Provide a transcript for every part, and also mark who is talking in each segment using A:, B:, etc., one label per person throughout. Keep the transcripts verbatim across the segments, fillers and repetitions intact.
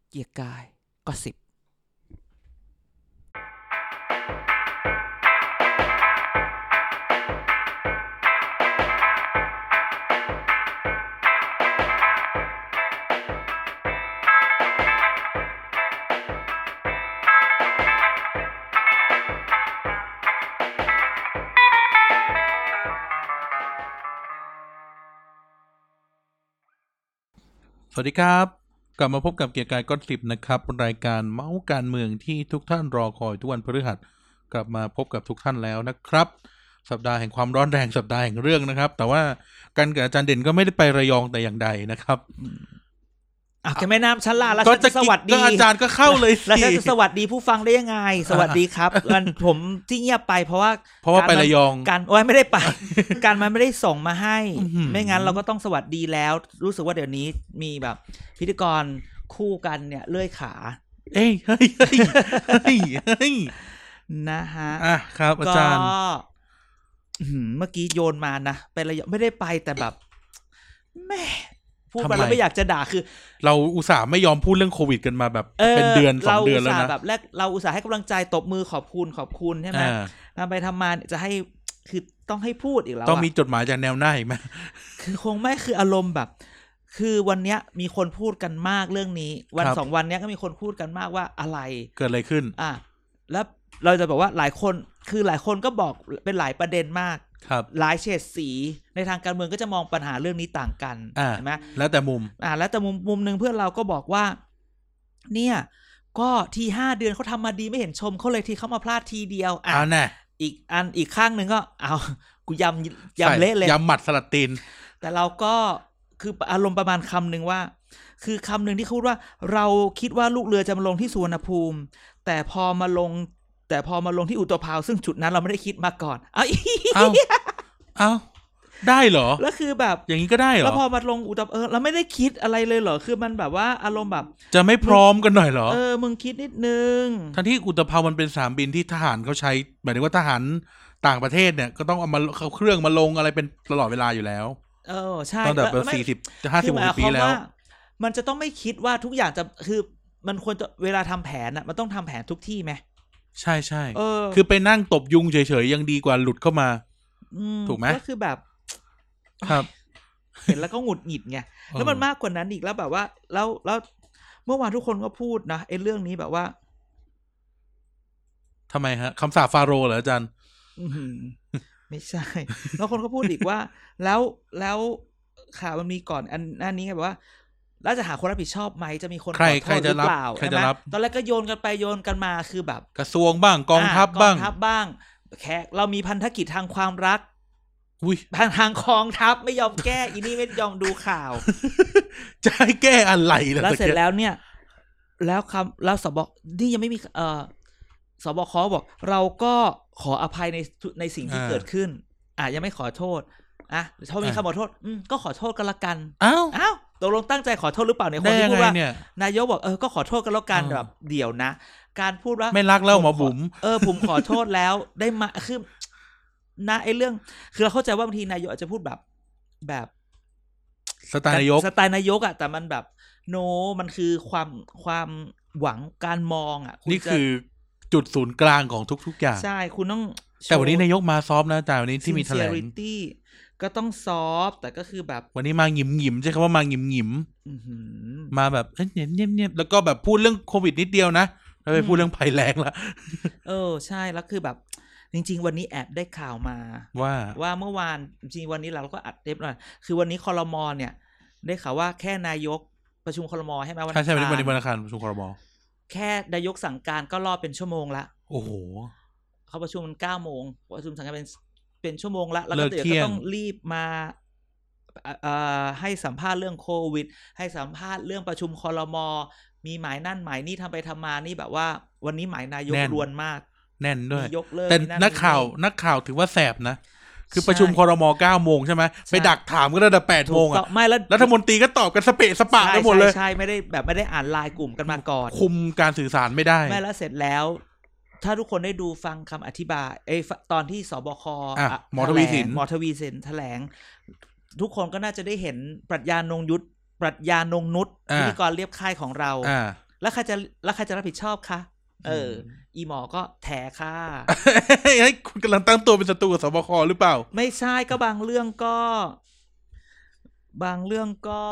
A: เกียร์กายก็สิบ
B: สวัสดีครับกลับมาพบกับเกียร์กายก็สิบนะครับรายการเมาส์การเมืองที่ทุกท่านรอคอยทุกวันพฤหัสกลับมาพบกับทุกท่านแล้วนะครับสัปดาห์แห่งความร้อนแรงสัปดาห์แห่งเรื่องนะครับแต่ว่ากันกับอาจารย์เด่นก็ไม่ได้ไประยองแต่อย่างใดนะครับ
A: อ่ะแกไม่น้ำชั้นล่าแล้วฉันจะสวัสดี
B: อาจารย์ก็เข้าเลยสิ
A: แล้วฉันจะสวัสดีผู้ฟังได้ยังไงสวัสดีครับมันผมที่เงียบไปเพราะว่า
B: เพราะว่าไประยอง
A: การโอ้ยไม่ได้ไปการมันไม่ได้ส่งมาให้ไม่งั้นเราก็ต้องสวัสดีแล้วรู้สึกว่าเดี๋ยวนี้มีแบบพิธีกรคู่กันเนี่ยเลื่อยขา
B: เอ้ยเฮ้ยเฮ้ยเฮ้ยเฮ้ย
A: นะฮะ
B: อ่ะครับอาจารย์
A: เมื่อกี้โยนมานะไประยองไม่ได้ไปแต่แบบแม่พูดไปแล้วไม่อยากจะด่าคือ
B: เราอุตส่าห์ไม่ยอมพูดเรื่องโควิดกันมาแบบเป็นเดือนสองเดือนแล้วนะ
A: แบบแรกเราอุตส่าห์ให้กำลังใจตบมือขอบคุณขอบคุณใช่ไหมทำไปทำมาจะให้คือต้องให้พูดอีกแล้ว
B: ต้องมีจดหมายจากแนวหน้าอีกไหม
A: คือคงไม่คืออารมณ์แบบคือวันเนี้ยมีคนพูดกันมากเรื่องนี้วันสองวันเนี้ยก็มีคนพูดกันมากว่าอะไร
B: เกิดอะไรขึ้น
A: อ่ะแล้วเราจะบอกว่าหลายคนคือหลายคนก็บอกเป็นหลายประเด็นมากหลายเฉดสีในทางการเมืองก็จะมองปัญหาเรื่องนี้ต่างกันใช่ไหม
B: แล้วแต่มุม
A: อ่าแล้วแต่มุมมุมนึงเพื่อนเราก็บอกว่าเนี่ยก็ทีห้าเดือนเขาทำมาดีไม่เห็นชมเขาเลยทีเขามาพลาดทีเดียว
B: อ่าแน่
A: อีกอันอีกข้างหนึ่งก็เอากูยำยำเละเลย
B: ยำหมัดสลัดตีน
A: แต่เราก็คืออารมณ์ประมาณคำหนึ่งว่าคือคำหนึ่งที่เขาพูดว่าเราคิดว่าลูกเรือจะมาลงที่สุวรรณภูมิแต่พอมาลงแต่พอมาลงที่อุตภาวซึ่งจุดนั้นเราไม่ได้คิดมาก่อนเอ้า
B: เอ้าเอ้าได้เหรอ
A: แล้วคือแบบ
B: อย่างนี้ก็ได้เหรอ
A: แล้วพอมาลงอุตภาวเออเราไม่ได้คิดอะไรเลยเหรอคือมันแบบว่าอารมณ์แบบ
B: จะไม่พร้อมกันหน่อยเหรอ
A: เออมึงคิดนิดนึง
B: ทั้งที่อุตภาวมันเป็นสนามบินที่ทหารเขาใช้หมายถึงว่าทหารต่างประเทศเนี่ยก็ต้องเอามาเขาเครื่องมาลงอะไรเป็นตลอดเวลาอยู่แล้ว
A: เออใช่
B: ตั้งแต่แบบสี่สิบจะห้าสิบหกปีแล้ว
A: มันจะต้องไม่คิดว่าทุกอย่างจะคือมันควรจะเวลาทำแผนอ่ะมันต้องทำแผนทุกที่ไหม
B: ใช่ใช่คือไปนั่งตบยุงเฉยๆยังดีกว่าหลุดเข้ามาถูกไหม
A: ก็คือแบบ
B: ครับ
A: เห็นแล้วก็หงุดหงิดไงแล้วมันมากกว่านั้นอีกแล้วแบบว่าแล้วแล้วเมื่อวานทุกคนก็พูดนะไอ้เรื่องนี้แบบว่า
B: ทำไมฮะคำสาปฟาโรห์เหรออาจารย์
A: ไม่ใช่แล้วคนก็พูดอีกว่าแล้วแล้วข่าวมันมีก่อนอันอันนี้ไงแบบว่าแล้วจะหาคนรับผิดชอบไหมจะมีคนขอโทษหรือเปล่าใช่ไหมตอนแรกก็โยนกันไปโยนกันมาคือแบบ
B: กระทรวงบ้างกองทัพบ้าง
A: กองทัพบ้างแค่เรามีพันธกิจทางความรัก
B: อุ้ย
A: ทางทางกองทัพไม่ยอมแก้อีนี่ไม่ยอมดูข่าว
B: จะให้แก้อะไรล่ะ
A: แล้วเสร็จแล้วเนี่ยแล้วคำแล้วสบนี่ยังไม่มีเอ่อสบคบอกเราก็ขออภัยในในสิ่งที่เกิดขึ้นอ่ะยังไม่ขอโทษอ่ะถ้ามีคำขอโทษอืมก็ขอโทษกันละกัน
B: อ้าว
A: อ้าวตกลงตั้งใจขอโทษหรือเปล่าเนี่ยคนที่พูดว่านายกบอกเออก็ขอโทษกันแล้วกันแบบเดี๋ยวนะการพูดว่า
B: ไม่รักแล้วหมอบุ๋ม
A: เออผมขอโทษแล้วได้มาคือนะไอ้เรื่องคือเราเข้าใจว่าบางทีนายกอาจจะพูดแบบแบบ
B: สไตล์นายก
A: สไตล์นายกอ่ะแต่มันแบบโนมันคือความความหวังการมองอ่ะ
B: นี่คือจุดศูนย์กลางของทุกๆอย่าง
A: ใช่คุณต้อง
B: แต่วันนี้นายกมาซอฟต์นะอาจารย์วันนี้ที่มีแถลง
A: ก็ต้องซอฟแต่ก็คือแบบ
B: วันนี้มาหงิมหงิมใช่คำว่ามาหงิมหงิมมาแบบเงียบเงียบเงียบแล้วก็แบบพูดเรื่องโควิดนิดเดียวนะแล้วไปพูดเรื่องภัยแล้งละ
A: เออใช่แล้วคือแบบจริงๆวันนี้แอบได้ข่าวมา
B: ว่า
A: ว่าเมื่อวานจริงๆวันนี้เราก็อัดเทปหน่อยคือวันนี้ครม.เนี่ยได้ข่าวว่าแค่นายกประชุมครม.ใช่ไหมวัน
B: ใช่ใช่วันนี้วันนี้วันอังคารประชุมครม.
A: แค่นายกสั่งการก็รอเป็นชั่วโมงละ
B: โอ้โห
A: เขาประชุมเก้าโมงประชุมสั่งการเป็นเป็นชั่วโมงละแล้วก็เดี๋ยวก็ต้องรีบมาให้สัมภาษณ์เรื่องโควิดให้สัมภาษณ์เรื่องประชุมครม.มีหมายนั่นหมายนี่ทำไปทำมานี่แบบว่าวันนี้หมายนายกรวนมาก
B: แน่นด้วยแต่นักข่าวนักข่าวถือว่าแสบนะคือประชุมครม.เก้าโมงใช่ไหมไปดักถามก็ได้แต่แปดโมงอ่ะ
A: ไม่แล้ว
B: รัฐมนตรีก็ตอบกันสเปะสปะกันหมดเลย
A: ใช่ไม่ได้แบบไม่ได้อ่านไลน์กลุ่มกันมาก่อน
B: คุมการสื่อสารไม่ได้
A: ไม่แล้วเสร็จแล้วถ้าทุกคนได้ดูฟังคำอธิบายไอ้ตอนที่สบค
B: หมอทวีสิน
A: หมอทวีสินแถลงทุกคนก็น่าจะได้เห็นปรัชญานงยุทธปรัชญานงนุชพิธีกรเรียบค่ายของเราแล้วใครจะแล้วใครจะรับผิดชอบคะเอออีหมอก็แถค่ะ
B: ไอ้คุณกำลังตั้งตัวเป็นศัตรูกับสบคหรือเปล่า
A: ไม่ใช่ก็บางเรื่องก็บางเรื่องก็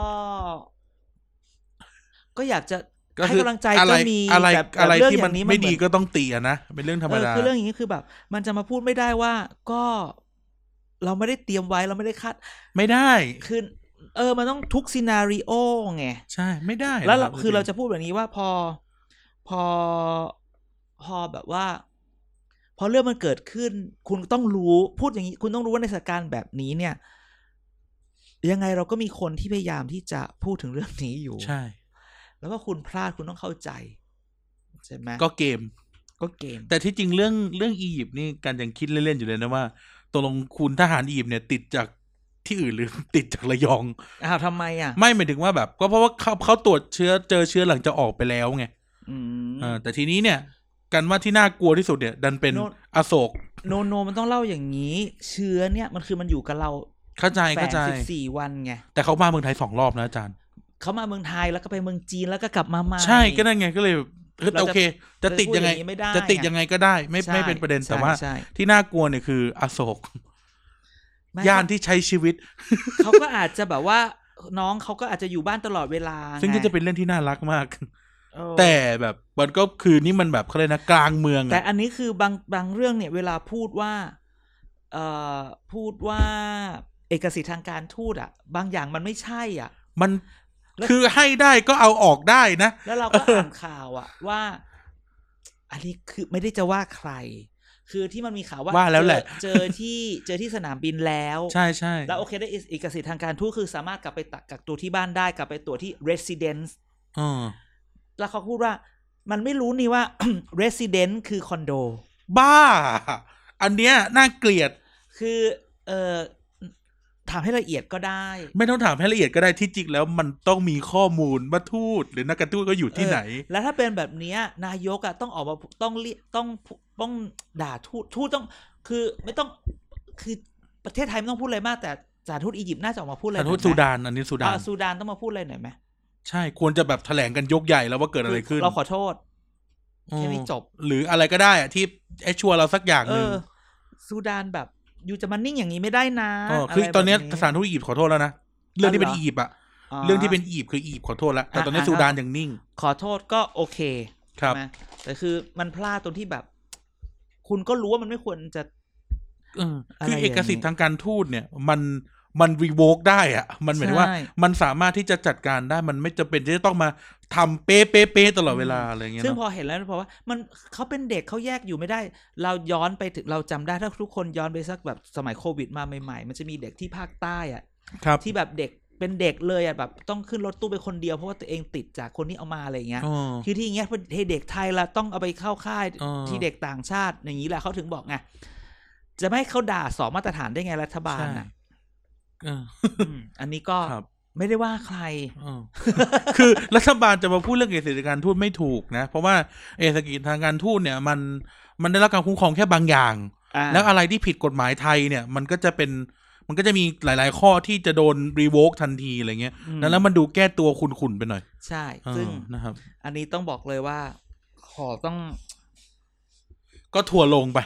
A: ก็อยากจะให้กำลังใจก็มี
B: แต่อะไรที่มันไม่ดีก็ต้องตีอะนะเป็นเรื่องธรรมดา
A: คือเรื่องอย่างนี้คือแบบมันจะมาพูดไม่ได้ว่าก็เราไม่ได้เตรียมไว้เราไม่ได้คาด
B: ไม่ได้
A: คือเออมันต้องทุกซีนาริโอไง
B: ใช่ไม่ได้
A: แล้วคือเราจะพูดแบบนี้ว่าพอพอพอแบบว่าพอเรื่องมันเกิดขึ้นคุณต้องรู้พูดอย่างนี้คุณต้องรู้ว่าในสถานการณ์แบบนี้เนี่ยยังไงเราก็มีคนที่พยายามที่จะพูดถึงเรื่องนี้อยู่
B: ใช่
A: แล้วว่าคุณพลาดคุณต้องเข้าใจใช่ไหม
B: ก็เกม
A: ก็เกม
B: แต่ที่จริงเรื่องเรื่องอียิปต์นี่การยังคิดเล่นๆอยู่เลยนะว่าตกลงคุณทหารอียิปต์เนี่ยติดจากที่อื่นหรือติดจากระยอง
A: อ้าวทำไมอ่ะ
B: ไม่หมายถึงว่าแบบก็เพราะว่าเขาเขาตรวจเชื้อเจอเชื้อหลังจะออกไปแล้วไง
A: อืม
B: อ่าแต่ทีนี้เนี่ยกันว่าที่น่ากลัวที่สุดเนี่ยดันเป็นอโศก
A: โนโนมันต้องเล่าอย่างนี้เชื้อเนี่ยมันคือมันอยู่กับเรา
B: เข้าใจเข้าใจ
A: สิบสี่วันไง
B: แต่เขามาเมืองไทยสองรอบนะอาจารย์
A: เขามาเมืองไทยแล้วก็ไปเมืองจีนแล้วก็กลับมาใหม่
B: ใช่ก็นั่นไงก็เลยโอเคจะติดยังไงจะติดยังไงก็ได้ไม่ไม่เป็นประเด็นแต่ว่าที่น่ากลัวเนี่ยคืออโศกย่านที่ใช้ชีวิต
A: เขาก็อาจจะแบบว่าน้องเขาก็อาจจะอยู่บ้านตลอดเวลา
B: ซึ่งก็จะเป็นเรื่องที่น่ารักมากแต่แบบมันก็คือนี่มันแบบเขาเลยนะกลางเมือง
A: แต่อันนี้คือบางบางเรื่องเนี่ยเวลาพูดว่าเอ่อพูดว่าเอกสิทธิ์ทางการทูตอ่ะบางอย่างมันไม่ใช่อ่ะ
B: มันคือให้ได้ก็เอาออกได้นะ
A: แล้วเราก็อ่านข่าวอ่ะว่าอันนี้คือไม่ได้จะว่าใครคือที่มันมีข่าวว่า
B: ว่าแล้วแหละ
A: เจอที่เจอที่สนามบินแล้ว
B: ใช่ใช่
A: แล้วโอเคได้เอกสิทธิ์ทางการทูตคือสามารถกลับไปกักตัวที่บ้านได้กลับไปตรวจที่ residence
B: อ๋อ
A: แล้วเขาพูดว่ามันไม่รู้นี่ว่า resident คือคอนโด
B: บ้าอันเนี้ยน่าเกลียด
A: คือเอ่อถามให้ละเอียดก็ได้
B: ไม่ต้องถามให้ละเอียดก็ได้ที่จริงแล้วมันต้องมีข้อมูลว่าทูตหรือนักการทูตก็อยู่ที่ไหน
A: แล้วถ้าเป็นแบบนี้นายกอ่ะต้องออกมาต้องเรียกต้องต้องด่าทูตทูตต้องคือไม่ต้องคือประเทศไทยไม่ต้องพูดอะไรมากแต่สถานทูตอียิปต์น่าจะออกมาพูดอะไร
B: สถานทูตซูดานอันนี้ซูดาน
A: ซูดานต้องมาพูดอะไรหน่อยไหม
B: ใช่ควรจะแบบแถลงกันยกใหญ่แล้วว่าเกิดอะไรขึ้น
A: เราขอโทษแค่นี้จบ
B: หรืออะไรก็ได้อะที่ไอ้ชัวร์เราสักอย่างนึง
A: ซูดานแบบอยู่จะมานิ่งอย่างนี้ไม่ได้นะ
B: อ๋อคือตอนนี้สถานทูตอียิปต์ขอโทษแล้วนะเรื่องที่เป็นอียิปต์อะเรื่องที่เป็นอียิปต์คืออียิปต์ขอโทษแล้วแต่ตอนนี้ซูดานยังนิ่ง
A: ขอโทษก็โอเค
B: ครับ
A: แต่คือมันพลาดตรงที่แบบคุณก็รู้ว่ามันไม่ควรจะ
B: คือเอกสิทธิ์ทางการทูตเนี่ยมันมันรีโวกได้อะมันหมายถึงว่ามันสามารถที่จะจัดการได้มันไม่จำเป็นที่จะต้องมาทำเป๊ะเป๊ะเป๊ะตลอดเวลาอะไรเงี้ย
A: ซึ่งพอเห็นแล้วเพราะว่ามันเขาเป็นเด็กเขาแยกอยู่ไม่ได้เราย้อนไปถึงเราจำได้ถ้าทุกคนย้อนไปสักแบบสมัยโควิดมาใหม่ๆมันจะมีเด็กที่ภาคใต้อ่ะที่แบบเด็กเป็นเด็กเลยอ่ะแบบต้องขึ้นรถตู้ไปคนเดียวเพราะว่าตัวเองติดจากคนนี้เอามาอะไรเงี้ยคือที่อย่างเงี้ยให้เด็กไทยละต้องเอาไปเข้าค่ายที่เด็กต่างชาติอย่างนี้แหละเขาถึงบอกไงจะไม่ให้เขาด่าสองมาตรฐานได้ไงรัฐบาลอ่ะอันนี้ก็ไม่ได้ว่าใคร
B: คือรัฐบาลจะมาพูดเรื่องเอกสิทธิ์ทางการทูตไม่ถูกนะเพราะว่าเอกสิทธิ์ทางการทูตเนี่ยมันมันได้รับการคุ้มครองแค่บางอย่างแล้วอะไรที่ผิดกฎหมายไทยเนี่ยมันก็จะเป็นมันก็จะมีหลายๆข้อที่จะโดนรีโวกทันทีอะไรเงี้ยแล้วมันดูแก้ตัวขุ่นๆไปหน่อย
A: ใช่ซึ่ง
B: นะครับ
A: อันนี้ต้องบอกเลยว่าขอต้อง
B: ก็ทัวลงไป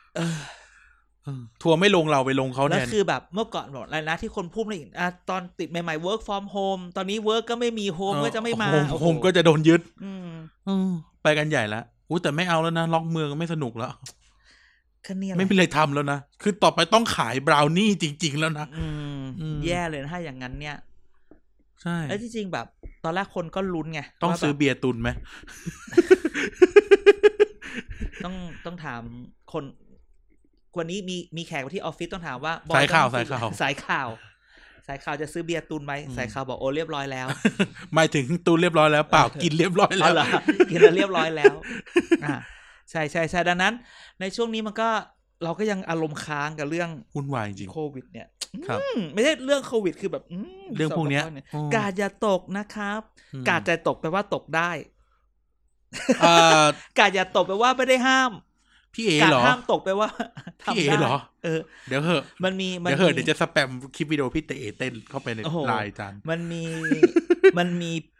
B: ทัวร์ไม่ลงเราไปลงเขาแทน
A: แล้วคือแบบเมื่อก่อนบอกอะไรนะที่คนพูดเลยอ่ะตอนติดใหม่ๆ work from home ตอนนี้ work ก็ไม่มี home ก็จะไม่มา
B: home ก็จะโดนยึดไปกันใหญ่แล้วอู้แต่ไม่เอาแล้วนะล็อกเมืองก็ไม่สนุกแล้วไม่มีอะไรทำแล้วนะคือต่อไปต้องขายบราวนี่จริงๆแล้วนะ
A: แย่เลยนะถ้าอย่างนั้นเนี่ย
B: ใช่
A: แล้วจริงๆแบบตอนแรกคนก็ลุ้นไง
B: ต้องซื้อเบียร์ตุนไหม
A: ต้องต้องถามคนวันนี้มีมีแขกที่ออฟฟิศต้องถามว่า
B: สายข่าวสายข่าว
A: สายข่าวสายข่าวจะซื้อเบียร์ตุนไหมสายข่าวบอกโอ้เรียบร้อยแล้ว
B: หมายถึงตุนเรียบร้อยแล้วเปล่ากินเรียบร้อยแล้ว
A: กินแล้วเรียบร้อยแล้วอ่าใช่ใช่ใช่ดังนั้นในช่วงนี้มันก็เราก็ยังอารมณ์ค้างกับเรื่อง
B: วุ่นวายจริง
A: โควิดเนี่ยไม่ใช่เรื่องโควิดคือแบบ
B: เรื่องพวกนี้
A: กาดอย่าตกนะครับกาดจะตกแปลว่าตกได้กาดอย่าตกแปลว่าไม่ได้ห้าม
B: พี่เอเหรอ
A: ห้ามตกไปว่า
B: พี่เอเหรอ
A: เออ
B: เดี๋ยวเหอะ
A: มันมี
B: เดี๋ยวเหอะเดี๋ยวจะสแปมคลิปวิดีโอพี่เต๋เต้นเข้าไปในไลน์จาน
A: มันมีมันมี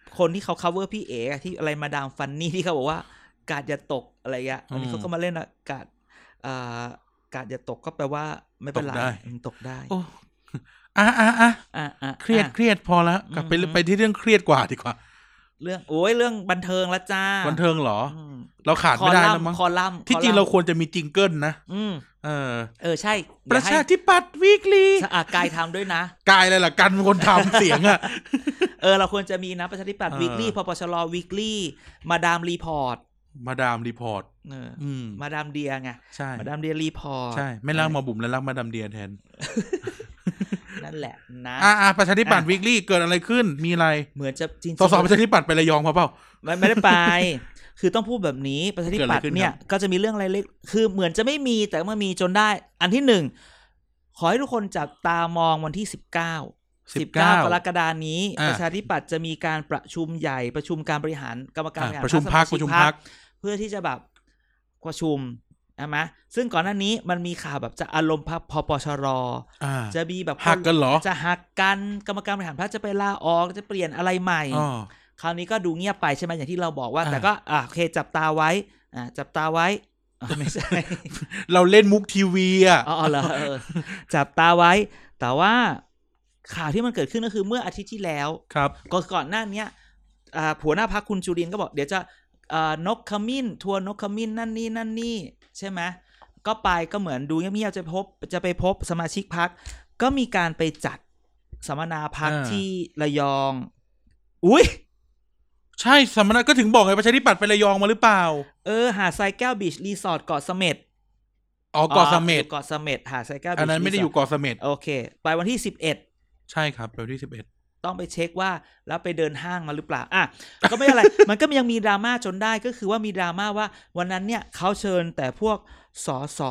A: คนที่เขา cover พี่เอ๋ที่อะไรมาดามฟันนี่ที่เขาบอกว่ากาดอย่าตกอะไรเงี้ยอันนี้เขาก็มาเล่นอ่ะกาดอ่ากาดอย่าตกก็แปลว่าไม่เป็นไรตกได้
B: โอ้อ่ะอ่ะอ่ะ
A: อ่ะ
B: เครียดเครียดพอแล้วกลับไปไปที่เรื่องเครียดกว่าดีกว่า
A: เรื่องโอ้ยเรื่องบันเทิงละจ้า
B: บันเทิงเหรอเราขาดไม่ได้แล้วมั้ง
A: คอลัมน์
B: ที่จริงเราควรจะมีจิงเกิลนะ
A: อืม
B: เออ
A: เออใช่
B: ประชาธิปัตย์วีคลี
A: อ่ะกายทำด้วยนะ
B: กายอะไรล่ะกันเป็นคนทำเสียงอ่ะ
A: เออเราควรจะมีนะประชาธิปัตย์วีคลีพปชรวีคลีมาดามรีพอร์ต
B: มาดามรีพอร์ต
A: เออมาดามเดียไง
B: ใช่
A: มาดามเดียรีพอร์ต
B: ใช่ไม่รักมาบุ๋มแล้วรักมาดามเดียแทน
A: นั่นแหละนะ
B: อ่าประชาธิปัตย์วีคลี่เกิดอะไรขึ้นมีอะไร
A: เหมือนจะจริง
B: ๆสสประชาธิปัตย์ไประยองมาเปล่า
A: ไม่ไม่ได้ไปคือต้องพูดแบบนี้ประชาธิปัตย์เนี่ยก็จะมีเรื่องอะไรเล็กคือเหมือนจะไม่มีแต่มันมีจนได้อันที่หนึ่งขอให้ทุกคนจับตามองวันที่สิบเก้า สิบเก้ากรกฎาคมนี้ประชาธิปัตย์จะมีการประชุมใหญ่ประชุมการบริหารกรรมการบริหาร
B: ประชุมพรรคประชุมพรรค
A: เพื่อที่จะแบบประชุมใช่ไหมซึ่งก่อนหน้านี้มันมีข่าวแบบจะอารมณ์พพปชรจะมีแบบ
B: หักกันเหรอ
A: จะหักกันกรรมการบริหารพรรคจะไปลาออกจะเปลี่ยนอะไรใหม่คราวนี้ก็ดูเงียบไปใช่ไหมอย่างที่เราบอกว่าแต่ก็อ่ะโอเคจับตาไว้อ่ะจับตาไว้ไม่ใช่
B: เราเล่นมุกทีวีอ่ะ
A: อ๋อเหรอจับตาไว้แต่ว่าข่าวที่มันเกิดขึ้นก็คือเมื่ออาทิตย์ที่แล้ว
B: ครับ
A: ก่อนหน้านี้อ่าหัวหน้าพรรคคุณจุรินทร์ก็บอกเดี๋ยวจะนกขมิ้นทัวร์นกขมิ้นนั่นนี่นั่นนี่ใช่ไหมก็ไปก็เหมือนดูเงียบๆจะพบจะไปพบสมาชิกพรรคก็มีการไปจัดสัมมนาพรรคที่ระยองอุ้ย
B: ใช่สัมมนาก็ถึงบอกไงประชาธิปัตย์ไประยองมาหรือเปล่า
A: เออหาดทรายแก้วบีชรีสอร์ทเกาะเสม็ด
B: อ๋อเกาะเสม็ด
A: เกาะเสม็ดหาดทรายแก้วบีช
B: อันนั้นไม่ได้อยู่เกาะเสม็ด
A: โอเคไปวันที่สิบเอ็ด
B: ใช่ครับไปวันที่สิบเอ็ด
A: ต้องไปเช็คว่าแล้วไปเดินห้างมาหรือเปล่าอ่ะก็ไม่อะไร มันก็ยังมีดราม่าจนได้ก็คือว่ามีดราม่าว่าวันนั้นเนี่ยเขาเชิญแต่พวกสส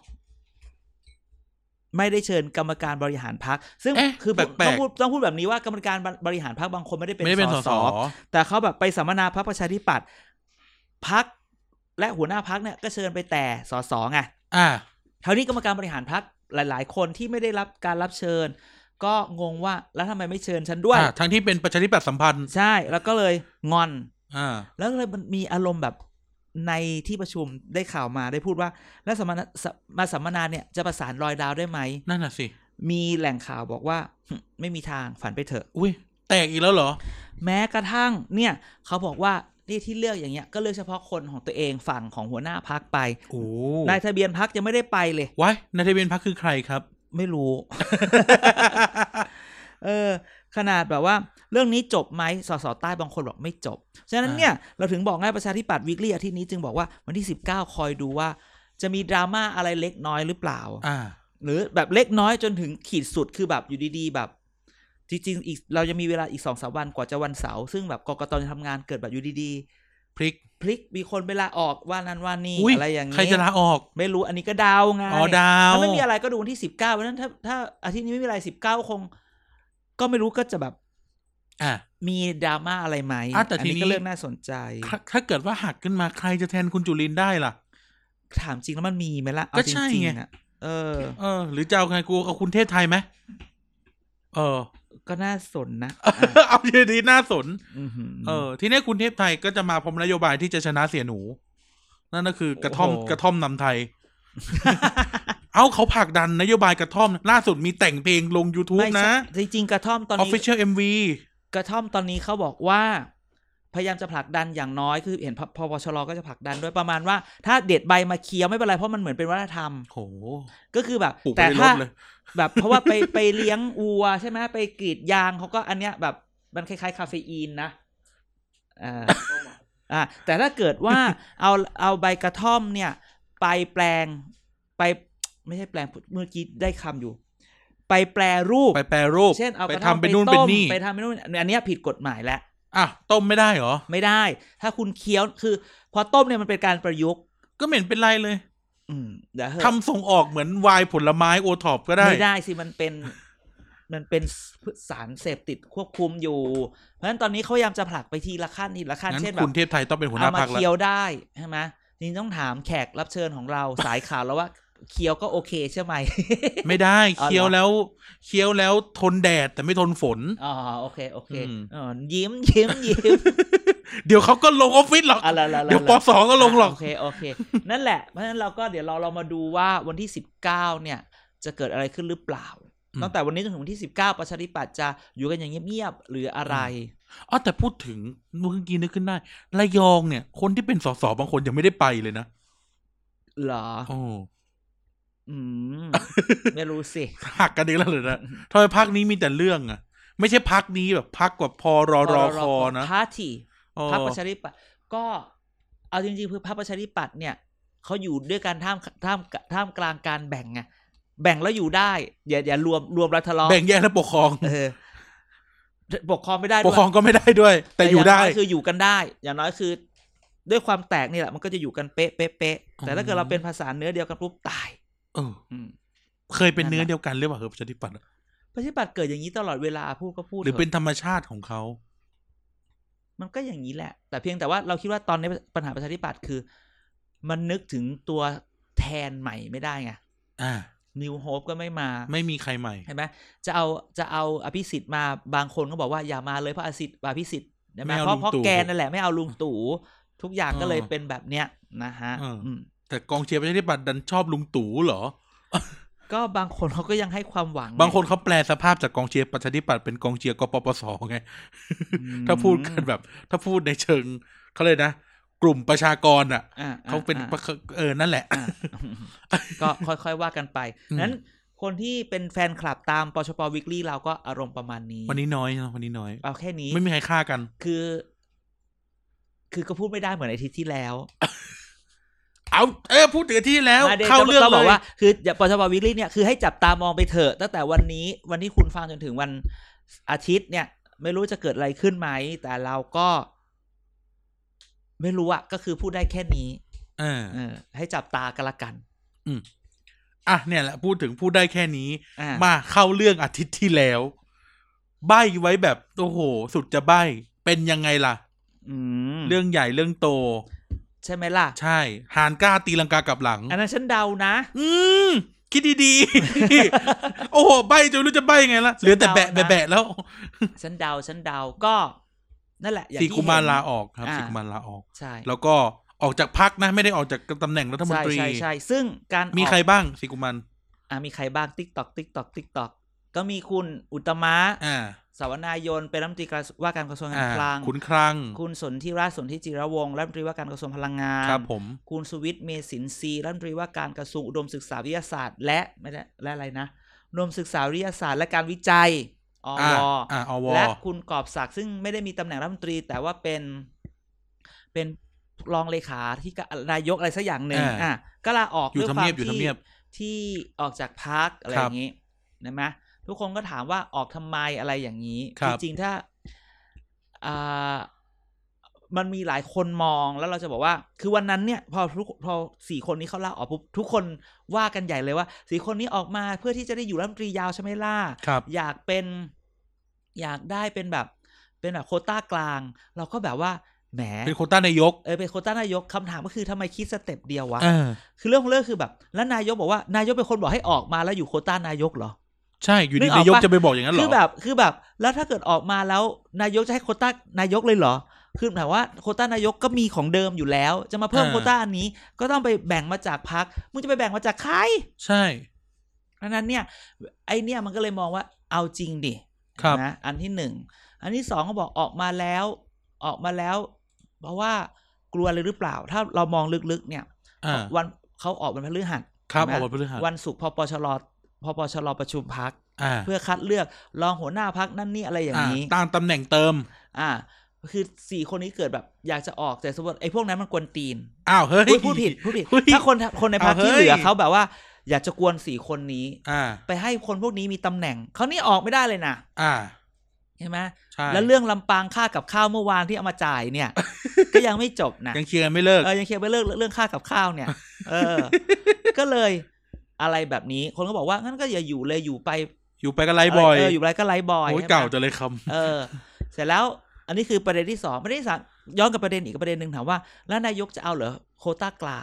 A: ไม่ได้เชิญกรรมการบริหารพรรคซึ่งคือแบบต้องพูดต้องพูดแบบนี้ว่ากรรมการบริหารพรรคบางคนไม่ได้เป็นสสแต่เขาแบบไปสัมมนาพรรคประชาธิปัตย์พรรคและหัวหน้าพรรคเนี่ยก็เชิญไปแต่สสไง
B: อ่า
A: คราวนี้กรรมการบริหารพรรคหลายๆคนที่ไม่ได้รับการรับเชิญก็งงว่าแล้วทำไมไม่เชิญฉันด้วย
B: ทั้งที่เป็นประชาธิปัตย์สัมพันธ์
A: ใช่แล้วก็เลยงอน
B: อ่า
A: แล้วเลยมันมีอารมณ์แบบในที่ประชุมได้ข่าวมาได้พูดว่าแล้วสัมมนามาสัมมนาเนี่ยจะประสานรอยดาวได้ไหม
B: นั่นน่ะสิ
A: มีแหล่งข่าวบอกว่าไม่มีทางฝันไปเถอะ
B: อุ้ยแตกอีกแล้วเหรอ
A: แม้กระทั่งเนี่ยเขาบอกว่าที่ที่เลือกอย่างเงี้ยก็เลือกเฉพาะคนของตัวเองฝั่งของหัวหน้าพรรคไป
B: โอ้
A: นายทะเบียนพรรคยังไม่ได้ไปเลย
B: ว้ายนายทะเบียนพรรคคือใครครับ
A: ไม่รู้ เออขนาดแบบว่าเรื่องนี้จบไหมสสใต้บางคนบอกไม่จบฉะนั้นเนี่ยเราถึงบอกง่ายประชาธิปัตย์วีคลี่อาทิตย์นี้จึงบอกว่าวันที่สิบเก้าคอยดูว่าจะมีดราม่าอะไรเล็กน้อยหรือเปล่า
B: อ่า
A: หรือแบบเล็กน้อยจนถึงขีดสุดคือแบบอยู่ดีๆแบบจริงๆอีกเราจะมีเวลาอีก สองถึงสาม วันกว่าจะวันเสาร์ซึ่งแบบกกตจะทำงานเกิดแบบอยู่ดีๆ
B: พลิก
A: พลิกมีคนไปลาออกว่านั้นว่านี่อะไรอย่างเงี้ย
B: ใครจะลาออก
A: ไม่รู้อันนี้ก็ดาวไง
B: อ๋อดาว
A: ถ้าไม่มีอะไรก็ดูวันที่สิบเก้าเพราะฉะนั้นถ้าถ้าอาทิตย์นี้ไม่มีอะไรสิบเก้าคงก็ไม่รู้ก็จะแบบ
B: อ่ะ
A: มีดราม่าอะไรไหม
B: อ,
A: อันนี้ก็เรื่องน่าสนใจ
B: ถ้าเกิดว่าหักขึ้นมาใครจะแทนคุณจุลินทร์ได้ล่ะ
A: ถามจริงแล้วมันมีไหมล่ะ
B: ก็ใช่ไง
A: เออ
B: เออหรือจะเอาใครกูเอาคุณเทพไทยไหมเออ
A: ก็น่าสนนะ
B: เอาดีๆน่าสนเออที่นี่คุณเทพไทยก็จะมาพร้อมนโยบายที่จะชนะเสียหนูนั่นก็คือกระท่อมกระท่อมนำไทย เอาเขาผลักดันนโยบายกระท่อมล่าสุดมีแต่งเพลงลง YouTube นะ
A: จริงๆกระท่อมตอนนี้
B: Official เอ็ม วี
A: กระท่อมตอนนี้เขาบอกว่าพยายามจะผลักดันอย่างน้อยคือเห็นพปชรก็จะผลักดันด้วยประมาณว่าถ้าเด็ดใบมาเคี้ยวไม่เป็นไรเพราะมันเหมือนเป็นวัฒนธรรม
B: โห
A: ก็คือแบบแต่ถ้าแบบเพราะว่าไปไปเลี้ยงวัวใช่ไหมไปกรีดยางเขาก็อันเนี้ยแบบมันคล้ายๆคาเฟอีนนะอ่าอ่าแต่ถ้าเกิดว่าเอาเอาใบกระท่อมเนี่ยไปแปลงไปไม่ใช่แปลงเมื่อกี้ได้คำอยู่ไปแปรรูป
B: ไปแปรรูป
A: เช่นเอา
B: ไปทำเป็นนู่นเป็นนี่
A: ไปทำเป็นนู่นอันนี้ผิดกฎหมายแล้ว
B: อ่ะต้มไม่ได้เหรอ
A: ไม่ได้ถ้าคุณเคี้ยวคือพอต้มเนี่ยมันเป็นการประยุกต์
B: ก็เหม็นเป็นไรเลย
A: อืมเดี๋ยว
B: ทำส่งออกเหมือนไวน์ผลไม้โอท็อปก็ได้
A: ไม่ได้สิมันเป็นมันเป็นสารเสพติดควบคุมอยู่เพราะฉะนั้นตอนนี้เขาพยายามจะผลักไปทีละขั้นทีละขั้นเช่นแบบ
B: คุณเทพไทยต้องเป็นหัวหน้าพรรคแล้ว
A: เอามาเคี้ยวได้ใช่ไหมจริงต้องถามแขกรับเชิญของเราสายข่าวแล้วว่าเคี้ยวก็โอเคใช่ไหม
B: ไม่ได้เคี้ยวแล้วเคี้ยวแล้วทนแดดแต่ไม่ทนฝน
A: อ๋อโอเคโอเคอ๋อยิ้มยิ้มยิ้ม
B: เดี๋ยวเขาก็ลงออฟฟิศหรอกเดี๋ยวป.สองก็ลงหรอก
A: โอเคโอเคนั่นแหละเพราะฉะนั้นเราก็เดี๋ยวเราเรามาดูว่าวันที่สิบเก้าเนี่ยจะเกิดอะไรขึ้นหรือเปล่าตั้งแต่วันนี้จนถึงวันที่สิบเก้าประชาธิปัตย์จะอยู่กันอย่างเงียบๆหรืออะไร
B: อ๋อแต่พูดถึงเมื่อกี้นึกขึ้นได้ระยองเนี่ยคนที่เป็นสสบางคนยังไม่ได้ไปเลยนะ
A: เหรอ
B: โอ้
A: อืมไม่รู้สิ
B: หักกันอีกแล้วเลยนะทำไมพักนี้มีแต่เรื่องอ่ะไม่ใช่พักนี้แบบพักแบบพอรอรอคอนะ
A: พาร์ตี้พรรคประชาธิปัตย์ก็เอาจริงๆคือพรรคประชาธิปัตย์เนี่ยเขาอยู่ด้วยกันท่ามท่ามท่ามกลางการแบ่งไงแบ่งแล้วอยู่ได้อย่าอย่ารวมรวมรัฐทะเลาะ
B: แบ่งแยกแล้วปกครอง
A: เออปกครองไม่ได้
B: ปกครองก็ไม่ได้ด้วยแต่อยู่ได้
A: คืออยู่กันได้อย่างน้อยคือด้วยความแตกนี่แหละมันก็จะอยู่กันเป๊ะเป๊ะเป๊ะแต่ถ้าเกิดเราเป็นภาษาเนื้อเดียวกันปุ๊บตาย
B: เออเคยเป็นเนื้อเดียวกันหรือเปล่าประชาธิปัตย์
A: ประชาธิปัตย์เกิดอย่างนี้ตลอดเวลาพูดก็พูด
B: หรือเป็นธรรมชาติของเขา
A: มันก็อย่างนี้แหละแต่เพียงแต่ว่าเราคิดว่าตอนนี้ปัญหาประชาธิปัตย์คือมันนึกถึงตัวแทนใหม่ไม่ได้ไง
B: อ่า
A: นิวโฮปก็ไม่มา
B: ไม่มีใครใหม่
A: เห็นไหมจะเอาจะเอาอภิสิทธิ์มาบางคนก็บอกว่าอย่ามาเลยเพราะอภิสิทธิ์อภิสิทธิ์ใช่ไหมเพราะเพราะแกนั่นแหละไม่เอาลุงตู่ทุกอย่างก็เลยเป็นแบบเนี้ยนะฮะ
B: แต่กองเชียร์ประชาธิปัตย์ดันชอบลุงตู่เหรอ
A: ก็บางคนเขาก็ยังให้ความหวัง
B: บางคนเขาแปลสภาพจากกองเชียร์ประชาธิปัตย์เป็นกองเชียร์กปปสไงถ้าพูดกันแบบถ้าพูดในเชิงเขาเลยนะกลุ่มประชากรอ่ะเขาเป็นเออนั่นแหละ
A: ก็ค่อยๆว่ากันไปนั้นคนที่เป็นแฟนคลับตามปชปวิกลี่เราก็อารมณ์ประมาณนี้
B: วันนี้น้อยนะวันนี้น้อย
A: เอาแค่นี้
B: ไม่มีใครฆ่ากัน
A: คือคือก็พูดไม่ได้เหมือนอาทิตย์ที่แล้ว
B: เอาเออพูดถึงที่แล้วเข้าเรื่องเลย
A: บอกว่าคือปชปวิกฤตเนี่ยคือให้จับตามองไปเถอะตั้งแต่วันนี้วันที่คุณฟังจนถึงวันอาทิตย์เนี่ยไม่รู้จะเกิดอะไรขึ้นไหมแต่เราก็ไม่รู้อะก็คือพูดได้แค่นี้
B: เออ
A: เออให้จับตากันละกัน
B: อืมอ่ะเนี่ยแหละพูดถึงพูดได้แค่นี้มาเข้าเรื่องอาทิตย์ที่แล้วใบ้ไว้แบบโอ้โหสุดจะใบ้เป็นยังไงล่ะ
A: อืม
B: เรื่องใหญ่เรื่องโต
A: ใช่ไหมล่ะ
B: ใช่หานกล้าตีลังกากลับหลัง
A: อันนั้นฉันเดานะ
B: อืมคิดดีๆโอ้โหใบจะรู้จะใบไงล่ะเหลือแต่แบะแบะแล้ว
A: ฉันเดาฉันเดาก็นั่นแหละ
B: อย่างที่สีกุมารลาออกครับสีกุมารลาออก
A: ใช่
B: แล้วก็ออกจากพรรคนะไม่ได้ออกจากตำแหน่งรัฐมนตรี
A: ใช่ใช่ซึ่งการ
B: มีใครบ้างสีกุมาร
A: อ่ามีใครบ้าง TikTok TikTok TikTok ก็มีคุณอุตมะ
B: อ่า
A: สาวนายนเป็นรัฐมนตรีว่าการกระทรวงการคลัง
B: ขุนคลัง
A: คุณสนธิราชสนธิจิรวงศ์รัฐมนตรีว่าการกระทรวงพลังงาน
B: ครับผม
A: คุณสุวิทย์เมษินทรีย์รัฐมนตรีว่าการกระทรวงอุดมศึกษาวิทยาศาสตร์และไม่ได้และอะไรนะอุดมศึกษาวิทยาศาสตร์และการวิจัยอวและคุณกอบศักดิ์ซึ่งไม่ได้มีตำแหน่งรัฐมนตรีแต่ว่าเป็นเป็นรองเลขาที่นายกอะไรสักอย่างหนึ่งอ่ะก็ลาออก
B: ด้วยความที่
A: ที่ออกจากพรรคอะไรอย่างนี้นะมั้ยทุกคนก็ถามว่าออกทำไมอะไรอย่างนี้จริงๆถ้าอ่ามันมีหลายคนมองแล้วเราจะบอกว่าคือวันนั้นเนี่ยพอทุกพอสี่คนนี้เขาลาออกปุ๊บทุกคนว่ากันใหญ่เลยว่าสี่คนนี้ออกมาเพื่อที่จะได้อยู่รัฐมนตรียาวใช่ไหมล่ะอยากเป็นอยากได้เป็นแบบเป็นแบบโควต้ากลางเราก็แบบว่าแหม
B: เป็นโควต้านายก
A: เออเป็นโควต้านายกคำถามก็คือทำไมคิดสเต็ปเดียววะคือเรื่องของเรื่องคือแบบแล้วนายกบอกว่านายกเป็นคนบอกให้ออกมาแล้วอยู่โควต้านายกเหรอ
B: ใช่อยู่ดีนายกจะไปบอกอย่างนั้นเหรอ
A: คือแบบคือแบบแล้วถ้าเกิดออกมาแล้วนายกจะให้โควต้านายกเลยเหรอคือหมายว่าโควต้านายกก็มีของเดิมอยู่แล้วจะมาเพิ่มโควต้าอันนี้ก็ต้องไปแบ่งมาจากพรรคมึงจะไปแบ่งมาจากใคร
B: ใช่
A: ดังนั้นเนี่ยไอเนี่ยมันก็เลยมองว่าเอาจริงดินะอันที่หนึ่งอันที่สองเขาบอกออกมาแล้วออกมาแล้วเพราะว่ากลัวอะไรหรือเปล่าถ้าเรามองลึกๆเนี่ยวันเขาออกวันพฤหัส
B: ครับออกวันพฤหัส
A: วันศุกร์พปชรพปชรประชุมพรรคเพื่อคัดเลือกรองหัวหน้าพรรคนั่นนี่อะไรอย่างนี้
B: ตั้งตำแหน่งเติม
A: อ่าคือสี่คนนี้เกิดแบบอยากจะออกแต่สมมติไอ้พวกนั้นมันกวนตีน
B: อ้าวเฮ้ย
A: พูดผิดพูดผิดถ้าคนคนในพรรคที่เหลือเขาแบบว่าอยากจะกวนสี่คนนี้ไปให้คนพวกนี้มีตำแหน่งเขานี่ออกไม่ได้เลยนะ
B: อ่า
A: ใช่ไหมแล้วเรื่องลำปางค่ากับข้าวเมื่อวานที่เอามาจ่ายเนี่ยก็ยังไม่จบนะ
B: ยังเคลียร์ไม่เลิก
A: เออยังเคลียร์ไม่เลิกเรื่องค่ากับข้าวเนี่ยเออก็เลยอะไรแบบนี้คนก็บอกว่างั้นก็อย่าอยู่เลยอยู่ไป
B: อยู่ไปก็ไล่บ่อย
A: เอออยู่ไปก็ไล่บ่อย
B: โอ้ยเก่าจะเลยคำ
A: เออเสร็จแล้วอันนี้คือประเด็นที่สองประเด็นที่สามย้อนกับประเด็นอีกประเด็นนึงถามว่าแล้วนายกจะเอาเหรอโควต้ากลาง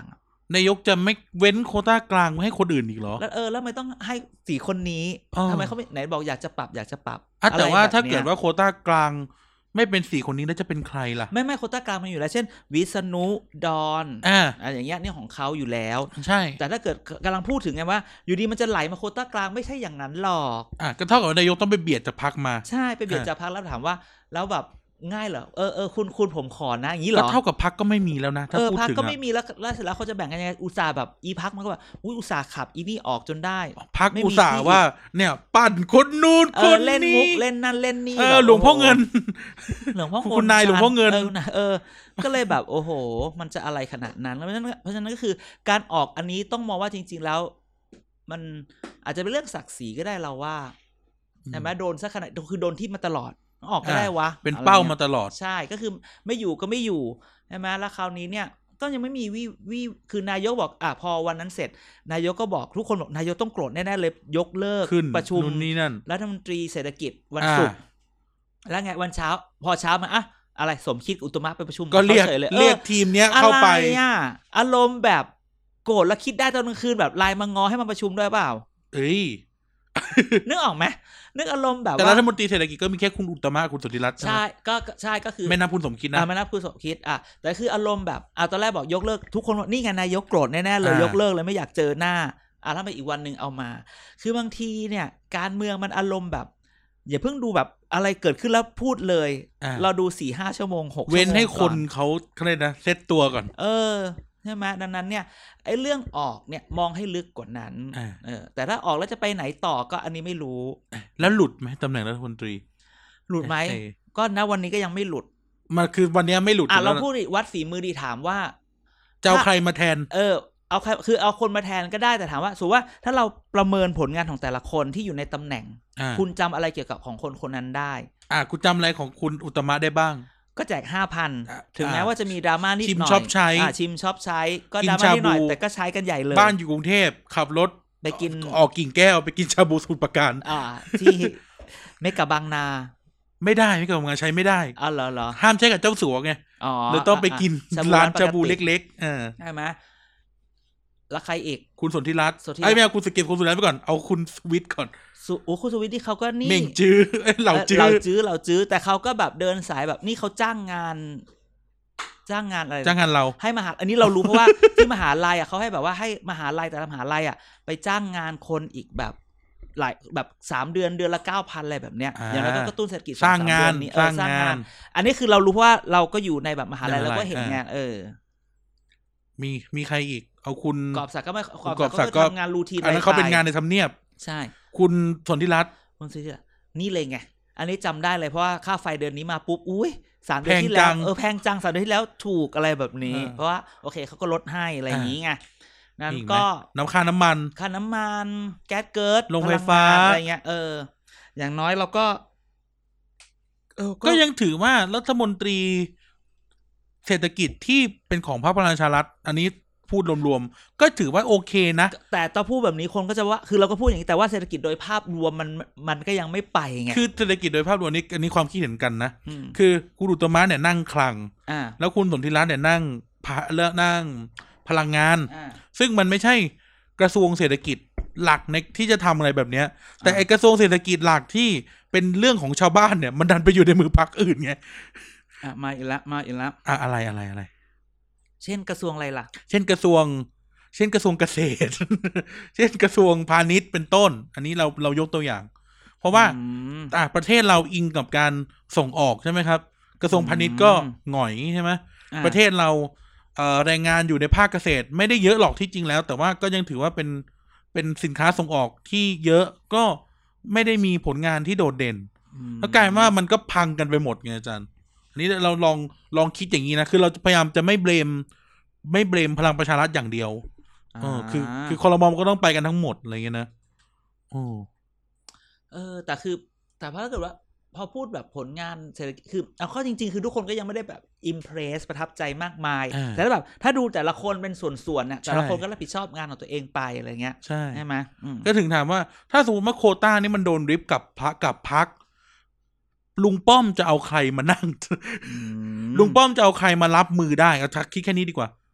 B: นายกจะไม่เว้นโควต้ากลางให้คนอื่นอีกเหรอ
A: แล้วเออแล้วไม่ต้องให้สี่คนนี้ทำไมเขาไม่ไหนบอกอยากจะปรับอยากจะปรับ
B: อ่ะแต่ว่าถ้าเกิดว่าโควต้ากลางไม่เป็นสี่คนนี้แล้วจะเป็นใครล่ะ
A: ไม่ไม่โควต้ากลางมันอยู่แล้วเช่นวิษณุดอน
B: อ่า
A: อย่างเงี้ยนี่ของเขาอยู่แล้ว
B: ใช่
A: แต่ถ้าเกิดกำลังพูดถึงไงว่าอยู่ดีมันจะไหลมาโควต้ากลางไม่ใช่อย่างนั้นหรอก
B: อ่ะก็เท่ากับนายกต้องไปเบียดจากพรรคมา
A: ใช่ไปเบียดจากพรรคแล้วถามว่าแล้วแบบง่ายเหรอเออเออคุณคุณผมขอนะอย่างนี้เหรอ
B: ก็เท่ากับพรรคก็ไม่มีแล้วนะถ้าพูดถึง
A: พรรคก็ไม่มีแล้วแล้วเสร็จแล้วเขาจะแบ่งกันยังไงอุตสาห์แบบอีพรรคมันก็แบบอุ้ยอุตสาห์ขับอีนี่ออกจนได้
B: พรรคอุตสาห์ว่าเนี่ยปั่นคนนู้นคนนี้
A: เล่นมุกเล่นนั่นเล่นนี่
B: เออหลวงพ่อเงิน
A: หลวงพ่อ
B: คุณนายหลวงพ่อเงิน
A: เออก็เลยแบบโอ้โหมันจะอะไรขนาดนั้นเพราะฉะนั้นเพราะฉะนั้นก็คือการออกอันนี้ต้องมองว่าจริงๆแล้วมันอาจจะเป็นเรื่องศักดิ์ศรีก็ได้เราว่าใช่ไหมโดนซะขนาดคือโดนที่มาตลอดออกก็ได้วะ
B: เป็นเป้ามาตลอด
A: ใช่ก็คือไม่อยู่ก็ไม่อยู่ใช่ไหมแล้วคราวนี้เนี่ยก็ยังไม่มีวิวิคือนายกบอกอ่ะพอวันนั้นเสร็จนายกก็บอกทุกคนบอกนายกต้องโกรธแน่ๆเลยยกเลิกประชุม
B: นี่นั่น
A: รัฐมนตรีเศรษฐกิจวันศุกร์แล้วไงวันเช้าพอเช้ามาอ่ะอะไรสมคิดอุตตมะไปประชุม
B: ก็เรียกเรียกทีมเนี้ยเข้าไป
A: อ่ะอารมณ์แบบโกรธแล้วคิดได้ตอนกลางคืนแบบไลน์มางอให้มาประชุมด้วยเปล่า
B: เอ้ย
A: นึกออกไหมนึกอารมณ์แบบ
B: แต่รัฐมนตรีเศรษฐกิจก็มีแค่คุณอุตตมะคุณสุทธิรัตน์
A: ใช่ก็ใช่ก็คือ
B: ไม่นับคุณสมคิดนะ
A: ไม่นับคุณสมคิดอ่ะแต่คืออารมณ์แบบอ่ะตอนแรกบอกยกเลิกทุกคนนี่ไงนายกโกรธแน่ๆเลยยกเลิกเลยไม่อยากเจอหน้าอ่ะถ้าไปอีกวันนึงเอามาคือบางทีเนี่ยการเมืองมันอารมณ์แบบอย่าเพิ่งดูแบบอะไรเกิดขึ้นแล้วพูดเลยเราดู สี่ห้า ชั่วโมงหกชั่วโมง
B: เว้นให้คนเขาเขาเรียกนะเซตตัวก่อน
A: เออใช่ไหมดังนั้นเนี่ยไอ้เรื่องออกเนี่ยมองให้ลึกกว่านั้นเออแต่ถ้าออกแล้วจะไปไหนต่อก็อันนี้ไม่รู้
B: แล้วหลุดไหมตำแหน่งรัฐมนตรี
A: หลุดไหมก็ณวันนี้ก็ยังไม่หลุด
B: มันคือวันนี้ไม่หลุด
A: อ่ะเราพูดวัดฝีมือดีถามว่า
B: จะเอาใครมาแทน
A: เออเอาใครคือเอาคนมาแทนก็ได้แต่ถามว่าสมมติว่าถ้าเราประเมินผลงานของแต่ละคนที่อยู่ในตำแหน่งคุณจำอะไรเกี่ยวกับของคนคนนั้นได้
B: อ่ะคุณจำอะไรของคุณอุตตมะได้บ้าง
A: ก็แจก ห้าพัน ถึงแม้ว่าจะมีดราม่านิดหน่อยชิม
B: ชอบใช้
A: อ่าชิมชอบใช้ก็ดราม่านิดหน่อยแต่ก็ใช้กันใหญ่เลย
B: บ้านอยู่กรุงเทพขับรถ
A: ไปกิน
B: ออกกิ่งแก้วไปกินชาบูสมุทรปราการ
A: อ่าที่เมกะบางนา
B: ไม่ได้ไม่กะบางนาใช้ไม่ได้
A: อ๋อเหรอ
B: ๆห้ามใช้กับเจ้าสัวไง
A: อ๋อ
B: หรือต้องไปกินร้านชาบูเล็กๆเออ
A: ใช่ไหมแล้วใครอีก
B: คุณสนธิรัตน์ไอ้ไม่เอาคุณสกิปคุณสุรัตน์ไปก่อนเอาคุณสวิทก่อน
A: โอ้คุณสวิทที่เขาก็นี่
B: เม่งจื้อเหล่าจื้อ
A: เหล่าจื้อเหล่าจื้อแต่เขาก็แบบเดินสายแบบนี่เขาจ้างงานจ้างงานอะไร
B: จ้างงานเรา
A: ให้มหาอันนี้เรารู้เพราะว่าที่มหาลัยอ่ะเขาให้แบบว่าให้มหาลัยแต่ละมหาลัยอ่ะไปจ้างงานคนอีกแบบหลายแบบสามเดือนเดือนละเก้าพันอะไรแบบเนี้ยอย่างนั้นก็กระตุ้นเศรษฐกิจ
B: สร้างงาน
A: สร้างงานอันนี้คือเรารู้เพราะว่าเราก็อยู่ในแบบมหาลัยแล้วก็เห็นงานเออ
B: มีมีใครอีกเอาคุณ
A: กอบศักดิ์ก็ไม่กอบศักดิ์ก็ทำงานรูทีน
B: อันนั้นเขาเป็นงานในทำเนียบ
A: ใช่
B: คุณสนธิรัตน์
A: คุณสนธิรัตน์นี่เลยไงอันนี้จำได้เลยเพราะว่าค่าไฟเดือนนี้มาปุ๊บอุ้ยสามเดือนที่แล้วเออแพงจังสามเดือนที่แล้วถูกอะไรแบบนี้เพราะว่าโอเคเขาก็ลดให้อะไรอย่างนี้ไงนั่นก็
B: น้ำค่าน้ำมัน
A: ค่าน้ำมันแก๊สเกิด
B: โรงไฟฟ้า
A: อะไรเงี้ยเอออย่างน้อยเราก็
B: เออก็ยังถือว่ารัฐมนตรีเศรษฐกิจที่เป็นของพรรคพลังประชารัฐอันนี้พูดรวมๆก็ถือว่าโอเคนะ
A: แต่ถ้าพูดแบบนี้คนก็จะว่าคือเราก็พูดอย่างนี้แต่ว่าเศรษฐกิจโดยภาพรวมมันมันก็ยังไม่ไปไง
B: คือเศรษฐกิจโดยภาพรวมนี้อันนี้ความคิดเห็นกันนะคือคุณอุตตมะเนี่ยนั่งคลังแล้วคุณสนธิรัตน์เนี่ยนั่งเลือกนั่งพลังงานซึ่งมันไม่ใช่กระทรวงเศรษฐกิจหลักในที่จะทำอะไรแบบเนี้ยแต่ไอกระทรวงเศรษฐกิจหลักที่เป็นเรื่องของชาวบ้านเนี่ยมันดันไปอยู่ในมือพรรคอื่นไง
A: อ่ะมาอีกแล้วมาอีกแล้ว
B: อ่ะอะไรอะไรอะไร
A: เช่นกระทรวงอะไรล่ะ
B: เช่นกระทรวงเช่นกระทรวงเกษตร เช่นกระทรวงพาณิชย์เป็นต้นอันนี้เราเรายกตัวอย่างเพราะว่าอ่ะประเทศเราอิงกับการส่งออกใช่ไหมครับกระทรวงพาณิชย์ก็หงอยใช่ไหมประเทศเราเอ่อแรงงานอยู่ในภาคเกษตรไม่ได้เยอะหรอกที่จริงแล้วแต่ว่าก็ยังถือว่าเป็นเป็นสินค้าส่งออกที่เยอะก็ไม่ได้มีผลงานที่โดดเด่นแล้วกลายว่ามันก็พังกันไปหมดไงอาจารย์อันนี้เราลองลองคิดอย่างนี้นะคือเราพยายามจะไม่เบลมไม่เบลมพลังประชารัฐอย่างเดียวเออคือคือครม.ก็ต้องไปกันทั้งหมดอะไรเงี้ยนะโอ้
A: เออแต่คือแต่ถ้าเกิดว่าพอพูดแบบผลงานเศรษฐกิจคือเอาข้อจริงๆคือทุกคนก็ยังไม่ได้แบบอิมเพรสประทับใจมากมายแต่ถ้าแบบถ้าดูแต่ละคนเป็นส่วนๆเนี่ยแต่ละคนก็รับผิดชอบงานของตัวเองไปอะไรเงี้ย
B: ใช่
A: ใช่ไหม
B: ก็ถึงถามว่าถ้าสมมติว่าโควต้านี่มันโดนริบกับพรรคกับพรรคลุงป้อมจะเอาใครมานั่งลุงป้อมจะเอาใครมารับมือได้เอาคิดแค่นี้ดีกว่า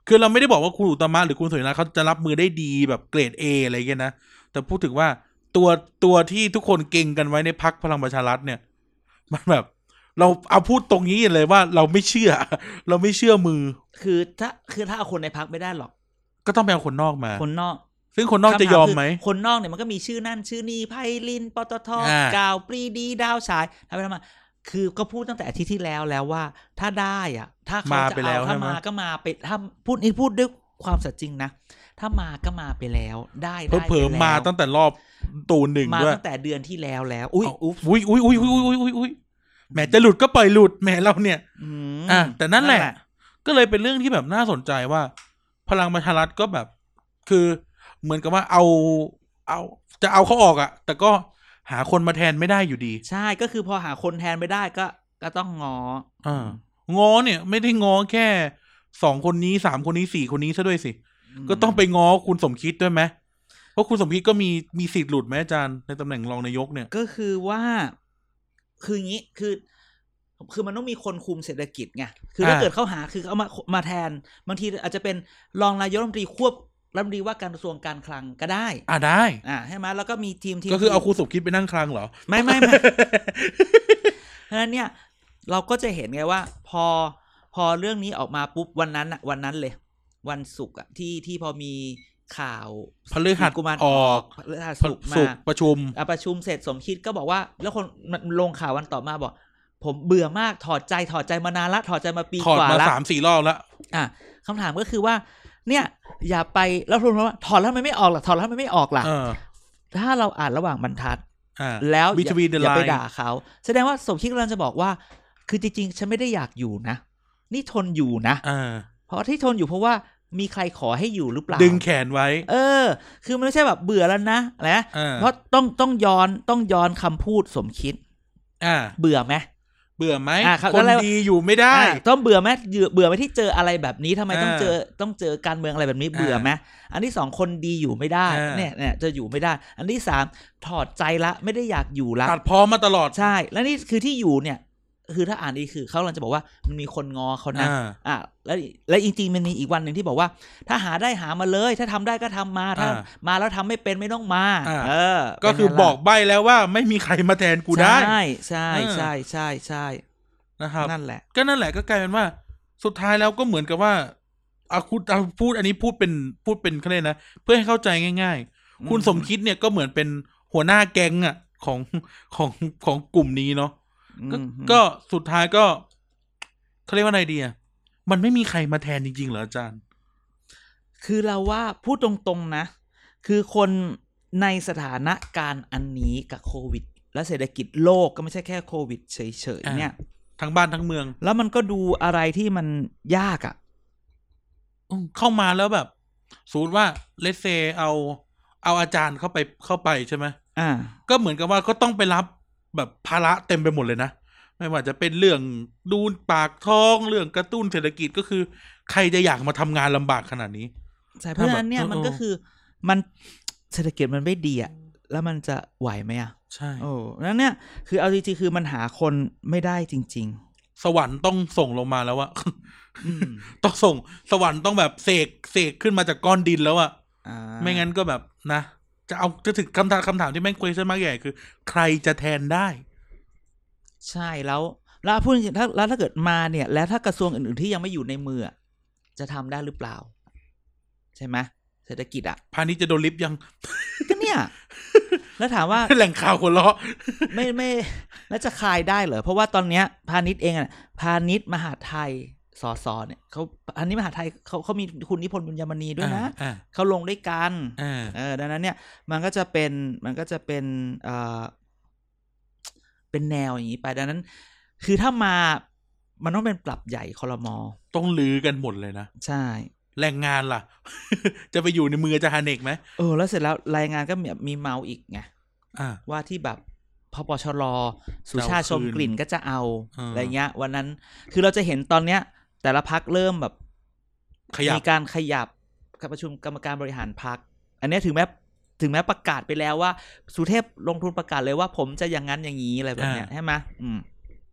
B: คือเราไม่ได้บอกว่าคุณอุตมะหรือคุณสุรินาเขาจะรับมือได้ดีแบบเกรด A อะไรเงี้ยนะแต่พูดถึงว่าตัวตัวที่ทุกคนเก่งกันไว้ในพรรคพลังประชารัฐเนี่ยมันแบบเราเอาพูดตรงนี้เลยว่าเราไม่เชื่อเราไม่เชื่อมือ
A: คือถ้าคือถ้าเอาคนในพรรคไม่ได้หรอก
B: ก็ต้องไปเอาคนนอกมา
A: คนนอก
B: ซึ่งคนนอกจะยอมไหม
A: คนนอกเนี่ยมันก็มีชื่อนั่นชื่อนี่ไพลินปตทกาวปรีดีดาวฉายทำไปทำมาคือก็พูดตั้งแต่อาทิตย์ที่แล้วแล้วว่าถ้าได้อ่ะถ้าเขาจะเอาถ้ามาก็มาไปถ้าพูดนี่พูดด้วยความสัตย์จริงนะถ้ามาก็มาไปแล้วได้ได้
B: เผลอๆมาตั้งแต่รอบตูนหนึ่งด้วย
A: มาตั้งแต่เดือนที่แล้วแล้วอุ้ย
B: อุ้ยอุ้ยอุ้ยอุ้ยอุ้ยอุ้ยอุ้ยแหมจะหลุดก็ปล่อยหลุดแหมเราเนี่ยอ่าแต่นั่นแหละก็เลยเป็นเรื่องที่แบบน่าสนใจว่าพลังประชารัฐก็แบบคือเหมือนกับว่าเอาเอาจะเอาเขาออกอ่ะแต่ก็หาคนมาแทนไม่ได้อยู่ดี
A: ใช่ก็คือพอหาคนแทนไม่ได้ก็ก็ต้องงอ
B: อ่างอเนี่ยไม่ได้งอแค่สองคนนี้สามคนนี้สี่คนนี้ซะด้วยสิก็ต้องไปงอคุณสมคิดด้วยไหมเพราะคุณสมคิดก็มีมีสิทธิ์หลุดไหมอาจารย์ในตำแหน่งรองนายกเนี่ย
A: ก็คือว่าคืองี้คือคือมันต้องมีคนคุมเศรษฐกิจไงคือถ้าเกิดเขาหาคือเอามามาแทนบางทีอาจจะเป็นรองนายกรัฐมนตรีควบรัฐมนตรีว่าการกระทรวงการคลังก็ได้
B: อ่าได้
A: อ่าใช่ไหมแล้วก็มีทีมทีม
B: ก็คือเอาคุณสมคิดไปนั่งคลังเหรอ
A: ไม่ไม่ไม่เพราะฉะนั้นเนี่ยเราก็จะเห็นไงว่าพอพอเรื่องนี้ออกมาปุ๊บวันนั้นอ่ะวันนั้นเลยวันศุกร์อ่ะที่ที่พอมีข่าว
B: พฤหัส
A: กุมาร
B: ออก
A: พฤหัสศุกร์มา
B: ประชุม
A: อ่ะประชุมเสร็จสมคิดก็บอกว่าแล้วคนมันลงข่าววันต่อมาบอกผมเบื่อมากถอดใจถอดใจมานานละถอดใจมาปีกว่า
B: แล้วถอดมา สามสี่ รอบแล้ว
A: อ่ะคำถามก็คือว่าเนี่ยอย่าไปแล้วทุกคนว่าถอดแล้วมันไม่ออกหรอถอดแล้วมันไม่ออกล่ะถ้าเราอ่านระหว่างบรรทัดแล้วอย่าไปด่าเขาแสดงว่าสมคิดกำลังจะบอกว่าคือจริงๆฉันไม่ได้อยากอยู่นะนี่ทนอยู่นะเพราะที่ทนอยู่เพราะว่ามีใครขอให้อยู่หรือเปล่า
B: ดึงแขนไว้
A: เออคือมันไม่ใช่แบบเบื่อแล้วนะอะไรนะเพราะต้องต้องย้อนต้องย้อนคำพูดสมคิด
B: อ่า
A: เบื่อไหม
B: เบื่อไหมคนดีอยู่ไม่ได้
A: ต้องเบื่อไหมเบื่อไหมที่เจออะไรแบบนี้ทำไมต้องเจอต้องเจอการเมืองอะไรแบบนี้เบื่อไหมอันที่สองคนดีอยู่ไม่ได้เนี่ยเนี่ยจะอยู่ไม่ได้อันที่สามถอดใจละไม่ได้อยากอยู่ละ
B: ตัดพ้อมาตลอด
A: ใช่แล้วนี่คือที่อยู่เนี่ยคือถ้าอ่านดีคือเขากำลังจะบอกว่ามันมีคนงอเขานะอ่าแล้วและจริงๆมันมีอีกวันหนึ่งที่บอกว่าถ้าหาได้หามาเลยถ้าทำได้ก็ทำมาถ้ามาแล้วทำไม่เป็นไม่ต้องมาเออ
B: ก็คือบอกใบ้แล้วว่าไม่มีใครมาแทนกูได้
A: ใช่ใช่ใช่ใช่ใช่
B: นะครับ
A: นั่นแหละ
B: ก็นั่นแหละก็กลายเป็นว่าสุดท้ายแล้วก็เหมือนกับว่าเอาคุณเอาพูดอันนี้พูดเป็นพูดเป็นเขาเรียกนะเพื่อให้เข้าใจง่ายๆคุณสมคิดเนี่ยก็เหมือนเป็นหัวหน้าแก๊งอ่ะของของของกลุ่มนี้เนาะก็สุดท้ายก็เขาเรียกว่าไงดีอ่ะมันไม่มีใครมาแทนจริงๆเหรออาจารย์
A: คือเราว่าพูดตรงๆนะคือคนในสถานการณ์อันนี้กับโควิดและเศรษฐกิจโลกก็ไม่ใช่แค่โควิดเฉยๆเนี่ย
B: ทั้งบ้านทั้งเมือง
A: แล้วมันก็ดูอะไรที่มันยากอ่ะ
B: เข้ามาแล้วแบบสมมุติว่าเลสเซเอาเอาอาจารย์เข้าไปเข้าไปใช่ไหม
A: อ่า
B: ก็เหมือนกับว่าก็ต้องไปรับแบบภาระเต็มไปหมดเลยนะไม่ว่าจะเป็นเรื่องดูปากท้องเรื่องกระตุ้นเศรษฐกิจก็คือใครจะอยากมาทำงานลำบากขนาดนี้
A: ใช่เพราะฉะนั้นเนี่ยมันก็คือมันเศรษฐกิจมันไม่ดีอ่ะแล้วมันจะไหวไหมอ่ะ
B: ใช่
A: โอ้แล้วเนี่ยคือเอาจริงๆคือมันหาคนไม่ได้จริง
B: ๆสวรรค์ต้องส่งลงมาแล้วอะต้องส่งสวรรค์ต้องแบบเสกเสกขึ้นมาจากก้อนดินแล้วอะไม่งั้นก็แบบนะจะเอาจะถึงคำถามคำถามที่แม่งคุยซะมากใหญ่คือใครจะแทนได้
A: ใช่แล้วแล้วพูดจริงๆถ้าแล้วถ้าเกิดมาเนี่ยแล้วถ้ากระทรวงอื่นๆที่ยังไม่อยู่ในมือจะทำได้หรือเปล่าใช่ไหมเศรษฐกิจอ่ะ
B: พาณิชย์จะโดนลิฟต์ยัง
A: ก็เนี่ยแล้วถามว่า
B: แหล่งข่าวคนล้อ
A: ไม่ไม่แล้วจะคลายได้เหรอเพราะว่าตอนเนี้ยพาณิชย์เองอ่ะพาณิชย์มหาไทยสสเนี่ยเขาพาณิชย์มหาไทยเขาเขามีคุณนิพนธ์บุญยมณีด้วยนะเขาลงด้วยกันเออดังนั้นเนี่ยมันก็จะเป็นมันก็จะเป็นเอ่อเป็นแนวอย่างนี้ไปดังนั้นคือถ้ามามันต้องเป็นปรับใหญ่ครม.
B: ต้องลือกันหมดเลยนะ
A: ใช่
B: แรงงานล่ะ จะไปอยู่ในมือจะฮาเนกไหม
A: เออแล้วเสร็จแล้วรายงานก็มีมีเมาอีกไงว่าที่แบบพปชร.สุชาติชมกลิ่นก็จะเอาอะไรเงี้ยวันนั้นคือเราจะเห็นตอนเนี้ยแต่ละพรรคเริ่มแบบมีการขยับการประชุมกรรมการบริหารพรรคอันนี้ถึงแม้ถึงแม้ประกาศไปแล้วว่าสุเทพลงทุนประกาศเลยว่าผมจะอย่างนั้นอย่างนี้อะไรแบบเนี้ยใช่ไหมอืม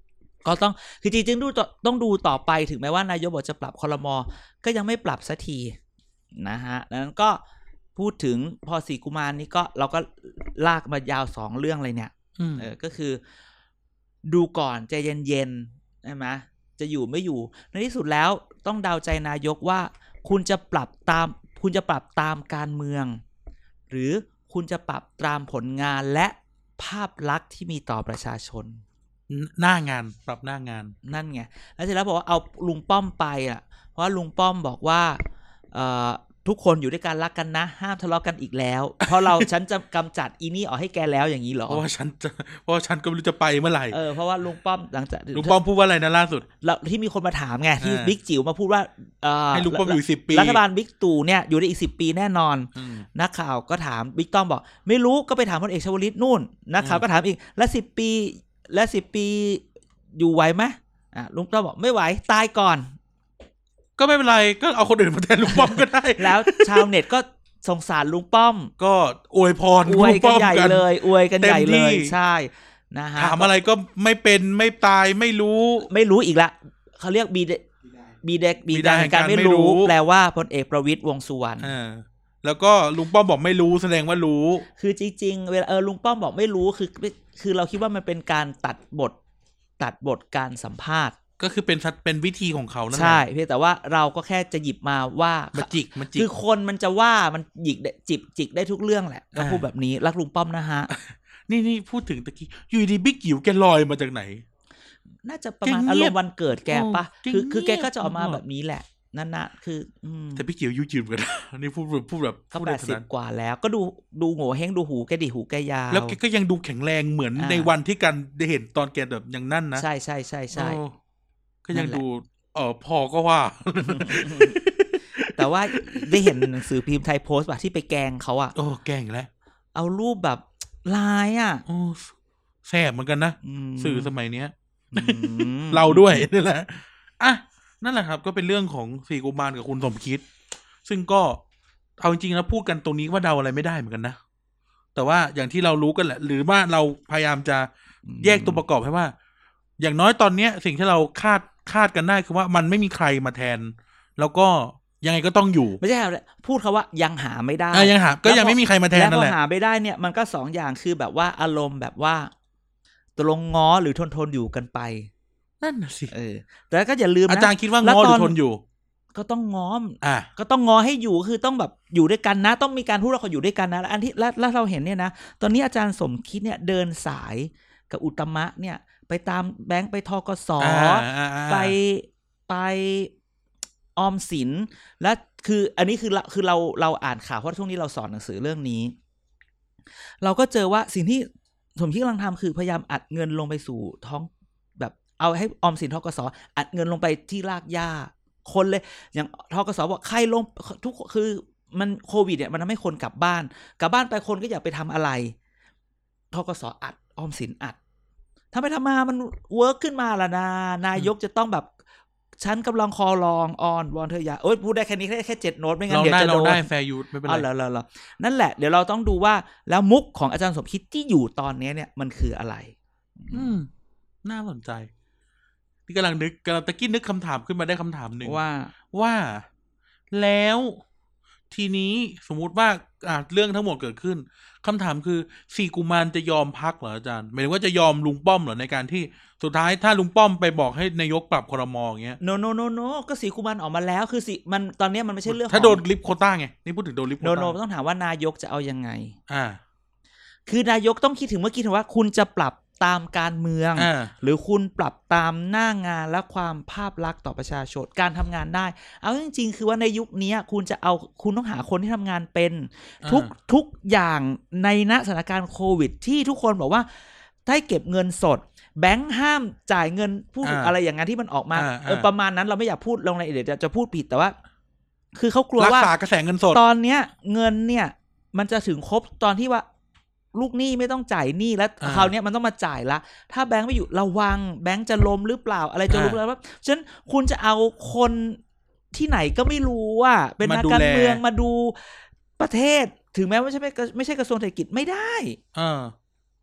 A: ก็ต้องคือจริงๆดูต้องดูต่อไปถึงแม้ว่านายกบอกจะปรับครม.ก็ยังไม่ปรับสักทีนะฮะนั้นก็พูดถึงพอสีกุมารนี้ก็เราก็ลากมายาวสองเรื่องเลยเนี่ยเออก็คือดูก่อนใจเย็นๆใช่ไหมจะอยู่ไม่อยู่ในที่สุดแล้วต้องเดาใจนายกว่าคุณจะปรับตามคุณจะปรับตามการเมืองหรือคุณจะปรับตามผลงานและภาพลักษณ์ที่มีต่อประชาชน
B: หน้างานปรับหน้างาน
A: นั่นไงแล้วเสร็จแล้วบอกว่าเอาลุงป้อมไปอ่ะเพราะลุงป้อมบอกว่าเอ่อทุกคนอยู่ด้วยกันรักกันนะห้ามทะเลาะกันอีกแล้วเพราะเราฉันจะกำจัดอีนี่ออกให้แกแล้วอย่างนี้เหรอ
B: เพราะว่าฉันจะเพราะว่าฉันก็ไม่รู้จะไปเมื่อไหร่
A: เออเพราะว่าลุงป้อมหลังจาก
B: ลุงป้อมพูดว่าอะไรนะล่าสุด
A: แล้วที่มีคนมาถามไงที่บิ๊กจิ๋วมาพูดว่า
B: ให้ลุงป้อมอยู่สิบปี
A: รัฐบาลบิ๊กตู่เนี่ยอยู่ได้อีกสิบปีแน่นอนนักข่าวก็ถามบิ๊กต้อมบอกไม่รู้ก็ไปถามพลเอกชวลิตนู่นนักข่าวก็ถามอีกแล้วสิบปีแล้วสิบปีอยู่ไหวไหมอ่ะลุงต้อมบอกไม่ไหวตายก่อน
B: ก็ไม่เป็นไรก็เอาคนอื่นมาแทนลุงป้อมก็ได้
A: แล้วชาวเน็ตก็สงสารลุงป้อม
B: ก็อวยพร
A: อวยกันใหญ่เลยอวยกันใหญ่เลยใช่นะฮะ
B: ถามอะไรก็ไม่เป็นไม่ตายไม่รู้
A: ไม่รู้อีกละเขาเรียกบีบีเด็กบีได้การไม่รู้แปลว่าพลเอกประวิตรวงษ์สุวรรณ
B: แล้วก็ลุงป้อมบอกไม่รู้แสดงว่ารู้
A: คือจริงๆเวลาเออลุงป้อมบอกไม่รู้คือคือเราคิดว่ามันเป็นการตัดบทตัดบทการสัมภาษณ์
B: ก็คือเป็นเป็นวิธีของเขานั่นแหละ
A: ใช่เพียงแต่ว่าเราก็แค่จะหยิบมาว่า
B: มาจิกมาจิก
A: คือคนมันจะว่ามันหยิกจิบจิกได้ทุกเรื่องแหละก็พูดแบบนี้รักลุงป้อมนะฮะ
B: นี่นี่พูดถึงตะกี้อยู่ดีบิ๊กจิ๋วแกลอยมาจากไหน
A: น่าจะประมาณอารมณ์วันเกิดแกปะคือคือแกก็จะออกมาแบบนี้แหละนั่นนะคือ
B: แต่บิ๊กจิ๋วยูจิ๋วกันนี่พูดพูดแบบ
A: ก็แปดสิบกว่าแล้วก็ดูดูโง่เฮงดูหูแกดิหูแกยาว
B: แล้วแกก็ยังดูแข็งแรงเหมือนในวันที่กันได้เห็นตอนแกแบบอย่างนั่นนะ
A: ใช่ใช่ใช่ใช่
B: ก็ยังดูเออพอก็ว่า
A: แต่ว่าได้เห็นหนังสือพิมพ์ไทยโพสต์ป่ะที่ไปแกล้งเขาอ่ะ
B: โอ้แกล้งแล้ว
A: เอารูปแบบลายอ่ะ
B: โอ้แสบเหมือนกันนะสื่อสมัยเนี้ยเราด้วยนี่แหละอ่ะนั่นแหละครับก็เป็นเรื่องของสี่กุมารกับคุณสมคิดซึ่งก็เอาจริงๆแล้วพูดกันตรงนี้ว่าเดาอะไรไม่ได้เหมือนกันนะแต่ว่าอย่างที่เรารู้กันแหละหรือว่าเราพยายามจะแยกตัวประกอบให้ว่าอย่างน้อยตอนเนี้ยสิ่งที่เราคาดคาดกันได้คือว่ามันไม่มีใครมาแทนแล้วก็ยังไงก็ต้องอยู่
A: ไม่ใช่พูดคำว่ายังหาไม่ได้
B: ยังหาก็ยังไม่มีใครมาแทนนั่นแหละ
A: แล้วพอหาไม่ได้เนี่ยมันก็สองอย่างคือแบบว่าอารมณ์แบบว่าตกลงง้อหรือทนทนอยู่กันไป
B: นั่นน่ะสิ
A: เออแต่ก็อย่าลืมนะ
B: อาจารย์คิดว่าง้อหรือทนอยู่
A: ก็ต้องง้อม
B: อ่ะ
A: ก็ต้องง้อให้อยู่คือต้องแบบอยู่ด้วยกันนะต้องมีการพูดเราเขาอยู่ด้วยกันนะแล้วอันที่แล้วเราเห็นเนี่ยนะตอนนี้อาจารย์สมคิดเนี่ยเดินสายกับอุตมะเนี่ยไปตามแบงค์ไปทกส.ไปไปออมสินและคืออันนี้คือคือเราเราอ่านข่าวเพราะช่วงนี้เราสอนหนังสือเรื่องนี้เราก็เจอว่าสิ่งที่สมคิดกำลังทำคือพยายามอัดเงินลงไปสู่ท้องแบบเอาให้ออมสินทกส.อัดเงินลงไปที่รากหญ้าคนเลยอย่างทกส.บอกใครลงทุกคือมันโควิดเนี่ยมันทำให้คนกลับบ้านกลับบ้านไปคนก็อยากไปทำอะไรทกส.อัดออมสินอัดทำไปทำมามันเวิร์กขึ้นมาละนะนายกจะต้องแบบฉันกำลังคอลองออนวอนเธออย่าโอ๊ยพูดได้แค่นี้แค่แค่เจ็ดโน้ตไม่งั้นเดี๋ยวจะโดน
B: ได้แฟร์ยูทไม่เป็นไร
A: อ๋อแล้วแล้วนั่นแหละเดี๋ยวเราต้องดูว่าแล้วมุกของอาจารย์สมคิดที่อยู่ตอนนี้เนี่ยมันคืออะไร
B: อืมน่าสนใจที่กำลังนึกกำลังตะกี้นึกคำถามขึ้นมาได้คำถามหนึ่ง
A: ว่า
B: ว่าแล้วทีนี้สมมุติว่าอ่ะเรื่องทั้งหมดเกิดขึ้นคำถามคือสี่กุมารจะยอมพักเหรออาจารย์หมายถึงว่าจะยอมลุงป้อมเหรอในการที่สุดท้ายถ้าลุงป้อมไปบอกให้นายกปรับครม.อย่างเงี้ย
A: no no no no ก็สี่กุมารออกมาแล้วคือสิมันตอนนี้มันไม่ใช่เรื่อง
B: ถ้าโดนลิฟต์โควต้าไงนี่พูดถึงโดนลิฟต์โควต้า
A: no no ต้องถามว่านายกจะเอายังไง
B: อ่า
A: คือนายกต้องคิดถึงเมื่อกี้ถึงว่าคุณจะปรับตามการเมืองหรือคุณปรับตามหน้างานและความภาพลักษณ์ต่อประชาชนการทำงานได้เอาจริงๆคือว่าในยุคนี้คุณจะเอาคุณต้องหาคนที่ทำงานเป็นทุกทุกอย่างในณสถานการณ์โควิดที่ทุกคนบอกว่าได้เก็บเงินสดแบงค์ห้ามจ่ายเงินผู้อะไรอย่างนั้นที่มันออกมาเออประมาณนั้นเราไม่อยากพูดลงในเดี๋ยวจะพูดผิดแต่ว่าคือเขากลัวว่า
B: รักษากระแสเงินสด
A: ตอนเนี้ยเงินเนี่ยมันจะถึงครบตอนที่ว่าลูกหนี้ไม่ต้องจ่ายหนี้แล้วคราวนี้มันต้องมาจ่ายละถ้าแบงค์ไม่อยู่ระวังแบงค์จะล้มหรือเปล่าอะไรจะล้มแล้วว่าฉะนั้นคุณจะเอาคนที่ไหนก็ไม่รู้ว่าเป็นนักการเมืองมาดูประเทศถึงแม้ว่าไม่ใช่ไม่ใช่กระทรวงเศรษฐกิจไม่ได้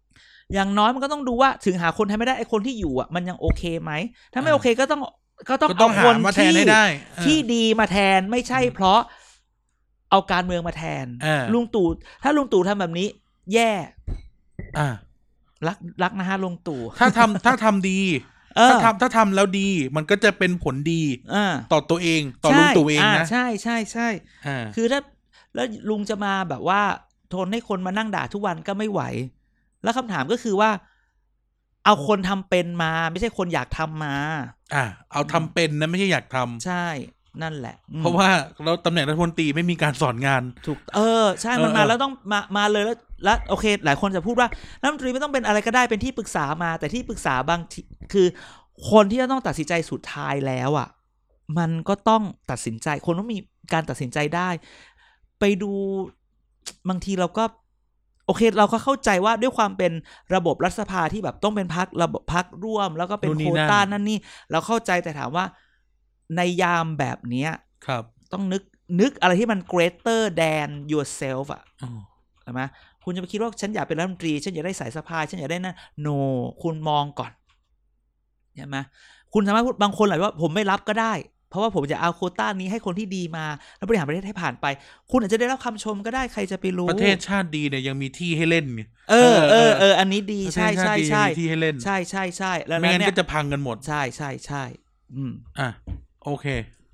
A: อย่างน้อยมันก็ต้องดูว่าถึงหาคนแทนไม่ได้ไอ้คนที่อยู่อ่ะมันยังโอเคไหมถ้าไม่โอเคก็ต้องก็ต้องเอาคนที่ที่ดีมาแทนไม่ใช่เพราะเอาการเมืองมาแทนลุงตู่ถ้าลุงตู่ทำแบบนี้แย่
B: อ่า
A: รักรักนะฮะลุงตู่
B: ถ้าทำถ้าทำดีถ้าทำถ้าทำแล้วดีมันก็จะเป็นผลดีต่อตัวเองต่อลุงตู่เองนะ
A: ใช่ใช่ใช่คือถ้าแล้วลุงจะมาแบบว่าทนให้คนมานั่งด่าทุกวันก็ไม่ไหวแล้วคำถามก็คือว่าเอาคนทำเป็นมาไม่ใช่คนอยากทำมา
B: อ่าเอาทำเป็นนะไม่ใช่อยากทำ
A: ใช่นั่นแหละ
B: เพราะว่าเราตำแหน่งรัฐมนตรีไม่มีการสอนงาน
A: ถูกเออใช่มันมาแล้วต้องมามาเลยแล้วแล้วโอเคหลายคนจะพูดว่ารัฐมนตรีไม่ต้องเป็นอะไรก็ได้เป็นที่ปรึกษามาแต่ที่ปรึกษาบางทีคือคนที่จะต้องตัดสินใจสุดท้ายแล้วอ่ะมันก็ต้องตัดสินใจคนต้องมีการตัดสินใจได้ไปดูบางทีเราก็โอเคเราก็เข้าใจว่าด้วยความเป็นระบบรัฐสภาที่แบบต้องเป็นพรรคระบบพรรคร่วมแล้วก็เป็นโควต้านั่นนี่เราเข้าใจแต่ถามว่าในยามแบบเนี้ย
B: ครับ
A: ต้องนึกนึกอะไรที่มัน greater than yourself อ่ะใช่ไหมคุณจะไปคิดว่าฉันอยากเป็นรัฐมนตรีฉันอยากได้สายสะพายฉันอยากได้นั่น no คุณมองก่อนใช่ไหมคุณสามารถพูดบางคนหลายว่าผมไม่รับก็ได้เพราะว่าผมจะเอาโควต้านี้ให้คนที่ดีมาแล้วบริหารประเทศให้ผ่านไปคุณอาจจะได้รับคำชมก็ได้ใครจะไปรู้
B: ประเทศชาติดีเนี่ยยังมีที่ให้เล่นไง
A: เออเออเอออันนี้ดีใช่ใช่ใช่
B: ที่ให้เล่น
A: ใช่ใช่ใช่แล้ว
B: ไม่งั้นก็จะพังกันหมด
A: ใช่ใช่ใช่อืม
B: อ่ะโอเค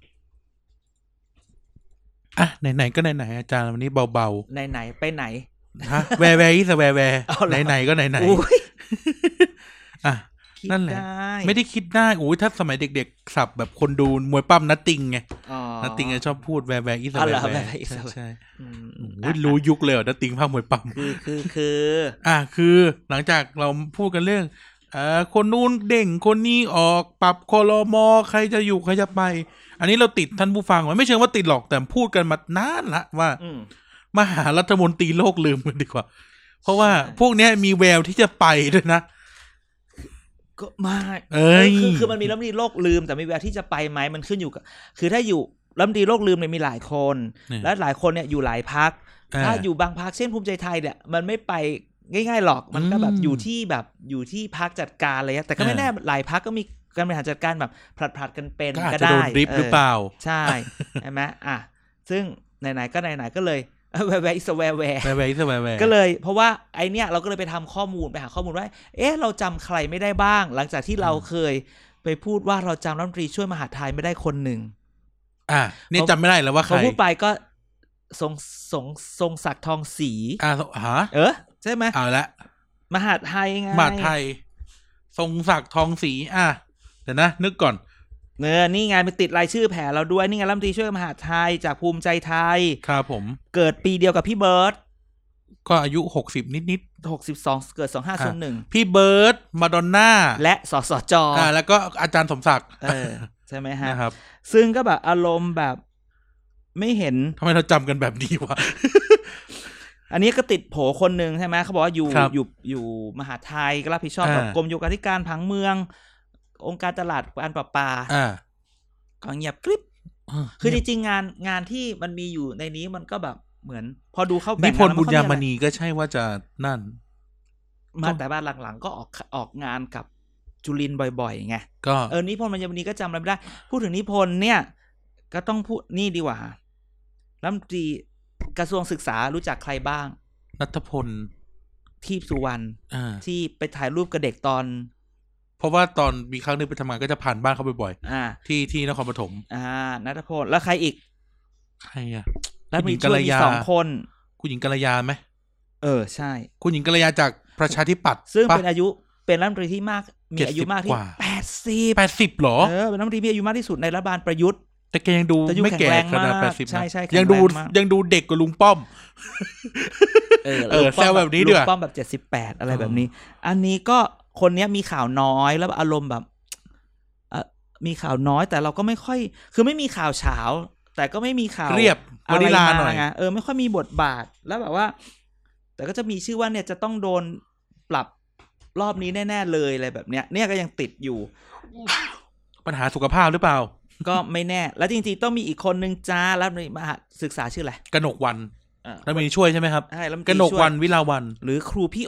B: อ่ะไหนๆก็ไหนๆอาจารย์วันนี้เบา
A: ๆไหนๆไปไหน
B: ฮะแวร์แวร์อีสแวร์แวร์ไหนๆก็ไหนๆอ่ะนั่นแหละไม่ได้คิดได้โอ้ยถ้าสมัยเด็กๆสับแบบคนดูมวยปั้มนัตติงไงนัตติงชอบพูดแวร์แวร์อีสแวร์แวร์ใช่โอ้ยรู้ยุคเลยนัตติงภาคมวยปั้ม
A: คือคือคือ
B: อ่ะคือหลังจากเราพูดกันเรื่องเอ่อคนนู้นเด้งคนนี้ออกปรับครม.ใครจะอยู่ใครจะไปอันนี้เราติดท่านผู้ฟังไว้ไม่เชิงว่าติดหรอกแต่พูดกันมานานละว่ามาหารัฐมนตรีโลกลืมกันดีกว่าเพราะว่าพวกนี้มีแววที่จะไปด้วยนะ
A: ก็ไม่เอ้ยคือคือมันมีรัฐมนตรีโลกลืมแต่มีแววที่จะไปไหมมันขึ้นอยู่กับคือถ้าอยู่รัฐมนตรีโลกลืมเนี่ยมีหลายคนและหลายคนเนี่ยอยู่หลายพรรคถ้าอยู่บางพรรคเช่นภูมิใจไทยเนี่ยมันไม่ไปง่ายๆหรอกมันก็แบบอยู่ที่แบบอยู่ที่พรรคจัดการอะไรแต่ก็ไม่แน่หลายพรรคก็มีการบริหารจัดการแบบผลัดๆกันเป็นก็ได้
B: ดริฟหรือเปล่า
A: ใช่ใช่ไหมอ่ะซึ่งไหนๆก็ไหนๆก็เลยแวร์แวร์อิสแวร์แวร์
B: แวร์แวร์อิสแวร์แวร์
A: ก็เลยเพราะว่าไอเนี้ยเราก็เลยไปทำข้อมูลไปหาข้อมูลว่าเอ๊ะเราจำใครไม่ได้บ้างหลังจากที่เราเคยไปพูดว่าเราจำรัฐมนตรีช่วยมหาดไทยไม่ได้คนหนึ่ง
B: อ่ะนี่จำไม่ได้แล้วว่าใคร
A: เขาพูดไปก็ทรงทรงทรงศักดิ์ทองศรี
B: อ่ะฮะ
A: เออใช่ไหม
B: เอาละ
A: มหาดไทยไง
B: มหาดไทยทรงศักดิ์ทองศรีอ่ะเดี๋ยวนะนึกก่อน
A: เนื้อนี่ไงไปติดรายชื่อแผนเราด้วยนี่ไงรัฐมนตรีช่วยมหาดไทยจากภูมิใจไทย
B: ครับผม
A: เกิดปีเดียวกับพี่เบิร์ด
B: ก็อายุหกสิบนิด
A: ๆหกสิบสองเกิดสองพันห้าร้อยหนึ่ง
B: พี่เบิร์ดมาดอนน่า
A: และสสจ
B: อ่าแล้วก็อาจารย์สมศักดิ์
A: เออใช่ไหมฮะ
B: นะครับ
A: ซึ่งก็แบบอารมณ์แบบไม่เห็น
B: ทำไมเราจำกันแบบนี้วะ
A: อันนี้ก็ติดโผคนหนึ่งใช่ไหมเขาบอกว่าอยู่อยู่อยู่มหาไทยก็รับผิดชอบแบบกรมโยธาธิการผังเมืององค์การตลาดการประปาก็เงียบกริบคือจริงๆงานงานที่มันมีอยู่ในนี้มันก็แบบเหมือนพอดูเข้าแบ่งนิ
B: พนธ์บุญญามณีก็ใช่ว่าจะนั่น
A: มาแต่บ้านหลังๆก็ออกออกงานกับจุลินบ่อยๆไง
B: ก็
A: เออนิพนธ์บุญญามณีก็จำอะไรไม่ได้พูดถึงนิพนธ์เนี่ยก็ต้องพูดนี่ดีกว่ารัฐมนตรีกระทรวงศึกษารู้จักใครบ้าง
B: ณัฐพล
A: ทีพสุวรรณที่ไปถ่ายรูปกับเด็กตอน
B: เพราะว่าตอนมีครั้งนึงไปทำงานก็จะผ่านบ้านเขาบ่อยๆที่ที่นครปฐม
A: อ่าณัฐพลแล้วใครอีก
B: ใครอ่ะ
A: แล้วมีช่วยมีสองคน
B: คุณหญิงกัลยาไหม
A: เออใช่
B: คุณหญิงกัลยาจากประชาธิปัตย์
A: ซึ่งเป็นอายุเป็นรัฐมนตรีที่มากมีอายุมากที่แปดสิบ
B: แปดสิบหรอ
A: เออเป็นรัฐมนตรีมีอายุมากที่สุดในรัฐบาลประยุทธ์
B: แต่แกยังดูไม่แก่ขนาดแปดสิบ
A: ใช่ใช่
B: ยังดูยังดูเด็กกว่าลุงป้อม
A: เออ
B: เออแซวแบบนี้ด้วย
A: ลุงป้อมแบบเจ็ดสิบแปดอะไรแบบนี้อันนี้ก็คนนี้มีข่าวน้อยแล้วอารมณ์แบบมีข่าวน้อยแต่เราก็ไม่ค่อยคือไม่มีข่าวเช้าแต่ก็ไม่มีข่าว
B: เรียบวนิลาหน่อย
A: เออไม่ค่อยมีบทบาทแล้วแบบว่าแต่ก็จะมีชื่อว่าเนี่ยจะต้องโดนปรับรอบนี้แน่ๆเลยอะไรแบบเนี้ยเนี่ยก็ยังติดอยู่
B: ปัญหาสุขภาพหรือเปล่า
A: ก็ไม่แน่แล้วจริงๆต้องมีอีกคนนึงจ้าแล้วมหาศึกษาชื่ออะไร
B: กนกวรรณแล้วมีช่วยใช่ไหมครับ
A: ใช่แล้ว
B: กนกวรรณวิลาวัน
A: หรือครูพี่โอ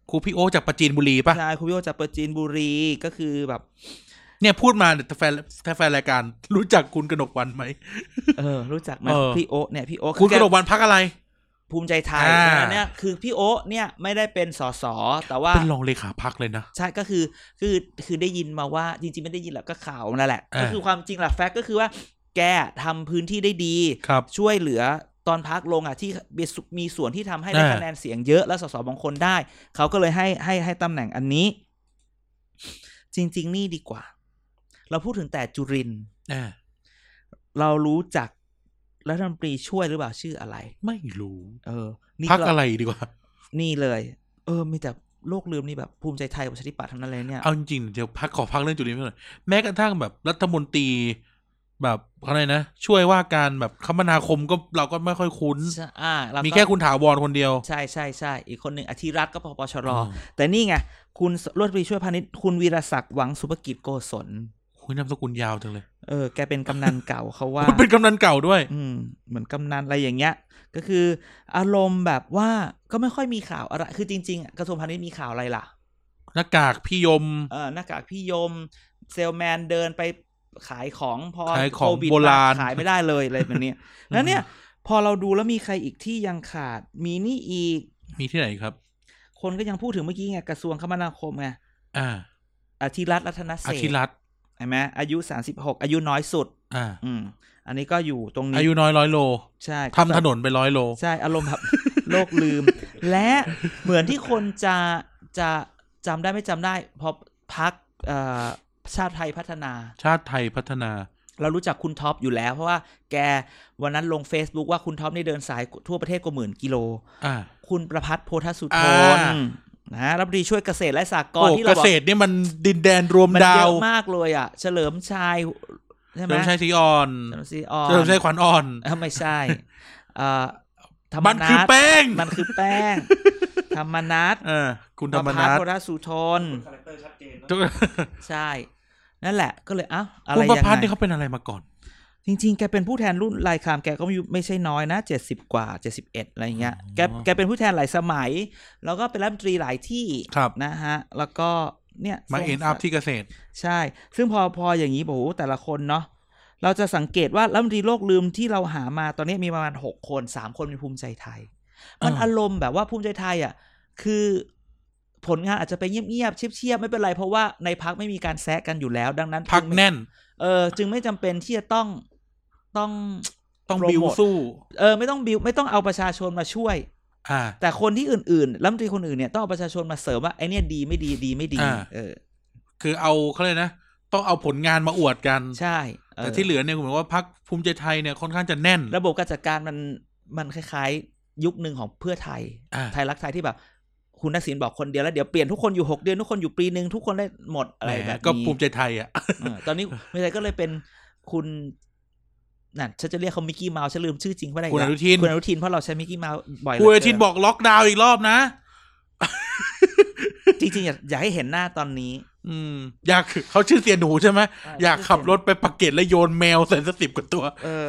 B: ครูพี่โอจากปราจีนบุรีป่ะ
A: ใช่ครูพี่โอจากปราจีนบุรีก็คือแบบ
B: เนี่ยพูดมาแต่แฟนแฟนรายการรู้จักคุณกนกวรรณไหม
A: เออรู้จักไหมพี่โอเนี่ยพี่โอ
B: คุณกนกวรรณพรรคอะไร
A: ภูมิใจไทยเนี่ยคือพี่โอเนี่ยไม่ได้เป็นสสแต่ว่า
B: เป็นรองเลขาพรรคเลยนะ
A: ใช่ก็คือคือคือได้ยินมาว่าจริงๆไม่ได้ยินแหละก็ข่าวนั่นแหละก็คือความจริงแหละแฟกต์ก็คือว่าแกทำพื้นที่ได้ดีช่วยเหลือตอนพักลงอ่ะที่มีส่วนที่ทำให้ได้คะแนนเสียงเยอะแล้วสสบางคนได้เขาก็เลยให้ให้ให้ตำแหน่งอันนี้จริงๆนี่ดีกว่าเราพูดถึงแต่จุรินทร์เรารู้จักรัฐมนตรีช่วยหรือเปล่าชื่ออะไร
B: ไม่รู้
A: เออ
B: พรรคอะไรดีกว่า
A: นี่เลยเออมีแต่โลกลืมนี่แบบภูมิใจไทยประชาธิปัตย์ทั้งนั้นเลยเนี่ย
B: เอาจริงๆเดี๋ยวพักขอพักเรื่องจุรินทร์หน่อยแม้กระทั่งแบบรัฐมนตรีแบบอะไรนะช่วยว่าการแบบคมนาคมก็เราก็ไม่ค่อยคุ้น
A: อ่ามี
B: แค่คุณถาวรคนเดียว
A: ใช่ใช่ใช่อีกคนหนึ่งอธิรัตน์ก็ปปชรแต่นี่ไงคุณรัฐมนตรีช่วยพาณิชย์คุณวีรศักดิ์หวังสุภกิจโกศล
B: คุณนามสกุลยาวจังเลย
A: เออแกเป็นกำนันเก่าเขาว่า
B: เป็นกำนันเก่าด้วย
A: อืมเหมือนกำนันอะไรอย่างเงี้ยก็คืออารมณ์แบบว่าก็ไม่ค่อยมีข่าวอะไรคือจริงๆกระทรวงพาณิชย์มีข่าวอะไรล่ะ
B: หน้ากากพี่ยม
A: เออหน้ากากพี่ยมเซลแมนเดินไปขายของพอ
B: โควิด
A: ขายไม่ได้เลยอะไรแบบนี้แล้วเนี่ยพอเราดูแล้วมีใครอีกที่ยังขาดมีนี่อีก
B: มีที่ไหนครับ
A: คนก็ยังพูดถึงเมื่อกี้ไงกระทรวงคมนาคมไง
B: อ่า
A: อธิรัตน์รัตนเศรษฐ์
B: อธิรัตน์
A: ใช่ไหมอายุสามสิบหกอายุน้อยสุด
B: อ่า
A: อืมอันนี้ก็อยู่ตรงนี้
B: อายุน้อยร้อยโล
A: ใช่
B: ทำถนนไปร้อยโล
A: ใช่อารมณ์แบบ โลกลืมและเหมือนที่คนจะจะจำได้ไม่จำได้พอพักชาติไทยพัฒนา
B: ชาติไทยพัฒนา
A: เรารู้จักคุณท็อปอยู่แล้วเพราะว่าแกวันนั้นลง Facebook ว่าคุณท็อปนี่เดินสายทั่วประเทศกว่าหมื่นกิโล
B: อ่า
A: คุณประภัสโพธสุทนนะรัฐมนตรีช่วยเกษตรและสหกรณ์ที่เรา
B: บอกเกษตรนี่มันดินแดนรวมดาว
A: เยอะมากเลยอ่ะเฉลิมชัยใช่ไหม
B: เฉลิมชัยศรีอ่อน
A: เฉลิมชัยอ่อน
B: เฉลิมชัยขวัญอ่อน
A: ไม่ใช่อ่าธรรมนัส
B: มันคือแป้ง
A: มันคือแป้งธรรมนัส
B: เออคุณธรรมนัส
A: โพธสุทนคาแรคเตอร์ชัดเจนใช่นั่นแหละก็เลยอ้าวอะไรยังไง
B: คุณประภัสนี่เขาเป็นอะไรมาก่อน
A: จริงๆแกเป็นผู้แทนรุ่นรายคามแกก็ไม่ใช่น้อยนะเจ็ดสิบกว่าเจ็ดสิบเอ็ดอะไรเงี้ยแกแกเป็นผู้แทนหลายสมัยแล้วก็เป็นรัฐมนตรีหลายที่นะฮะแล้วก็เนี่ย
B: มาเอ็นอัพที่เกษตร
A: ใช่ซึ่งพอพออย่างนี้โอ้โหแต่ละคนเนาะเราจะสังเกตว่ารัฐมนตรีโลกลืมที่เราหามาตอนนี้มีประมาณหกคนสามคนเป็นภูมิใจไทยมันอารมณ์แบบว่าภูมิใจไทยอ่ะคือผลงานอาจจะไปเงียบๆเชียบๆไม่เป็นไรเพราะว่าในพรรคไม่มีการแซะกันอยู่แล้วดังนั้น
B: พรรคแน่น
A: เออจึงไม่จำเป็นที่จะต้องต้อง
B: ต้องบิวสู้
A: เออไม่ต้องบิวไม่ต้องเอาประชาชนมาช่วย
B: อ่า
A: แต่คนที่อื่นๆรัฐมนตรีคนอื่นเนี่ยต้องเอาประชาชนมาเสริมว่าไอ้นี่ดีไม่ดีดีไม่ดีเออ
B: คือเอาเขาเลยนะต้องเอาผลงานมาอวดกัน
A: ใช่
B: แต่ที่เหลือเนี่ยผมว่าพรรคภูมิใจไทยเนี่ยค่อนข้างจะแน่น
A: ระบบการจัดการมันมันคล้ายๆยุคนึงของเพื่อไทยไทยรักไทยที่แบบคุณทักษิณบอกคนเดียวแล้วเดี๋ยวเปลี่ยนทุกคนอยู่หกเดือนทุกคนอยู่ปีนึงทุกคนได้หมดอะไรแบบนี้
B: ก็ภูมิใจไทยอ่ะ
A: ตอนนี้ภูมิใจก็เลยเป็นคุณนั่นฉันจะเรียกเขามิกกี้เมาส์ฉันลืมชื่อจริงไม่ได้
B: คุณอนุทิน
A: คุณอนุทินเพราะเราใช้มิกกี้เมาส์บ่อย
B: คุณอนุทินบอกล็อกดาวน์อีกรอบนะ
A: จริงๆอยากให้เห็นหน้าตอนนี้
B: อืมอยากเขาชื่อเสียหนูใช่ไหมอยากขับรถไปปักเกร็ดแล้วโยนแมวใส่สิบกว่าตัว
A: เออ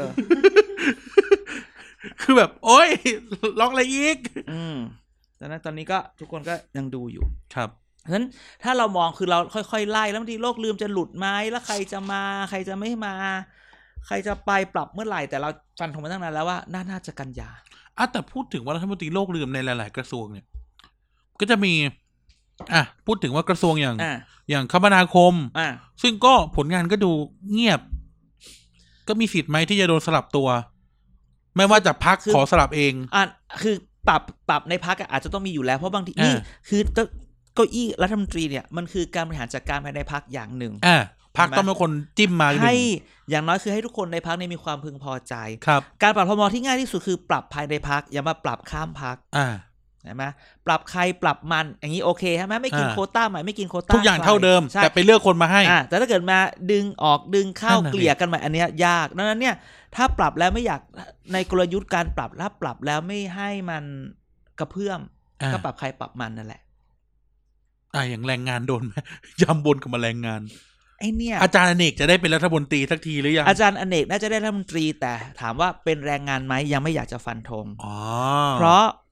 B: คือแบบโอ๊ยล็อกอะไรอีก
A: อืมดังนั้นตอนนี้ก็ทุกคนก็ยังดูอยู่
B: ครับ
A: เพราะฉะนั้นถ้าเรามองคือเราค่อยๆไล่แล้วบางทีโลกลืมจะหลุดไหมแล้วใครจะมาใครจะไม่มาใครจะไปปรับเมื่อไหร่แต่เราฟันธงมาตั้งนานแล้วว่าน่าจะกันยา
B: อ่ะแต่พูดถึงว่ารัฐมนตรีโลกลืมในหลายๆกระทรวงเนี่ยก็จะมีอ่ะพูดถึงว่ากระทรวงอย่างอย่างคมนาคม
A: อ่ะ
B: ซึ่งก็ผลงานก็ดูเงียบก็มีสิทธิ์ไหมที่จะโดนสลับตัวไม่ว่าจะพรรคขอสลับเอง
A: อ่ะคือปรับปรับในพรรคอาจจะต้องมีอยู่แล้วเพราะบางทีนี่คือเก้าอี้รัฐมนตรีเนี่ยมันคือการบริหารจัดการภายในพรรคอย่างหนึ่ง
B: อ่ะพรรคต้องเป็นคนจิ้มมา
A: ให้อย่างน้อยคือให้ทุกคนในพรรคมีความพึงพอใจ
B: ครับ
A: การปรับพม.ที่ง่ายที่สุดคือปรับภายในพรรคอย่ามาปรับข้ามพรรค
B: อ่า
A: ใช่ไหมปรับใครปรับมันอย่างนี้โอเคใช่ไหมไม่กินโควต้าใหม่ไม่กินโควต้า
B: ทุกอย่างเท่าเดิมแต่ไปเลือกคนมาให้
A: อ่าแต่ถ้าเกิดมาดึงออกดึงเข้าเกลี่ยกันใหม่อันนี้ยากดังนั้นเนี่ยถ้าปรับแล้วไม่อยากในกลยุทธ์การปรับถ้าปรับแล้วไม่ให้มันกระเพื่อมก็ปรับใครปรับมันนั่นแหละ
B: อ่าอย่างแรงงานโดนไหมยำบนกับมาแรงงาน
A: ไอเนี่ย
B: อาจารย์อเนกจะได้เป็นรัฐมนตรีสักทีหรือยัง
A: อาจารย์อเนกน่าจะได้รัฐมนตรีแต่ถามว่าเป็นแรงงานไหมยังไม่อยากจะฟันธง
B: อ๋อ
A: เพราะ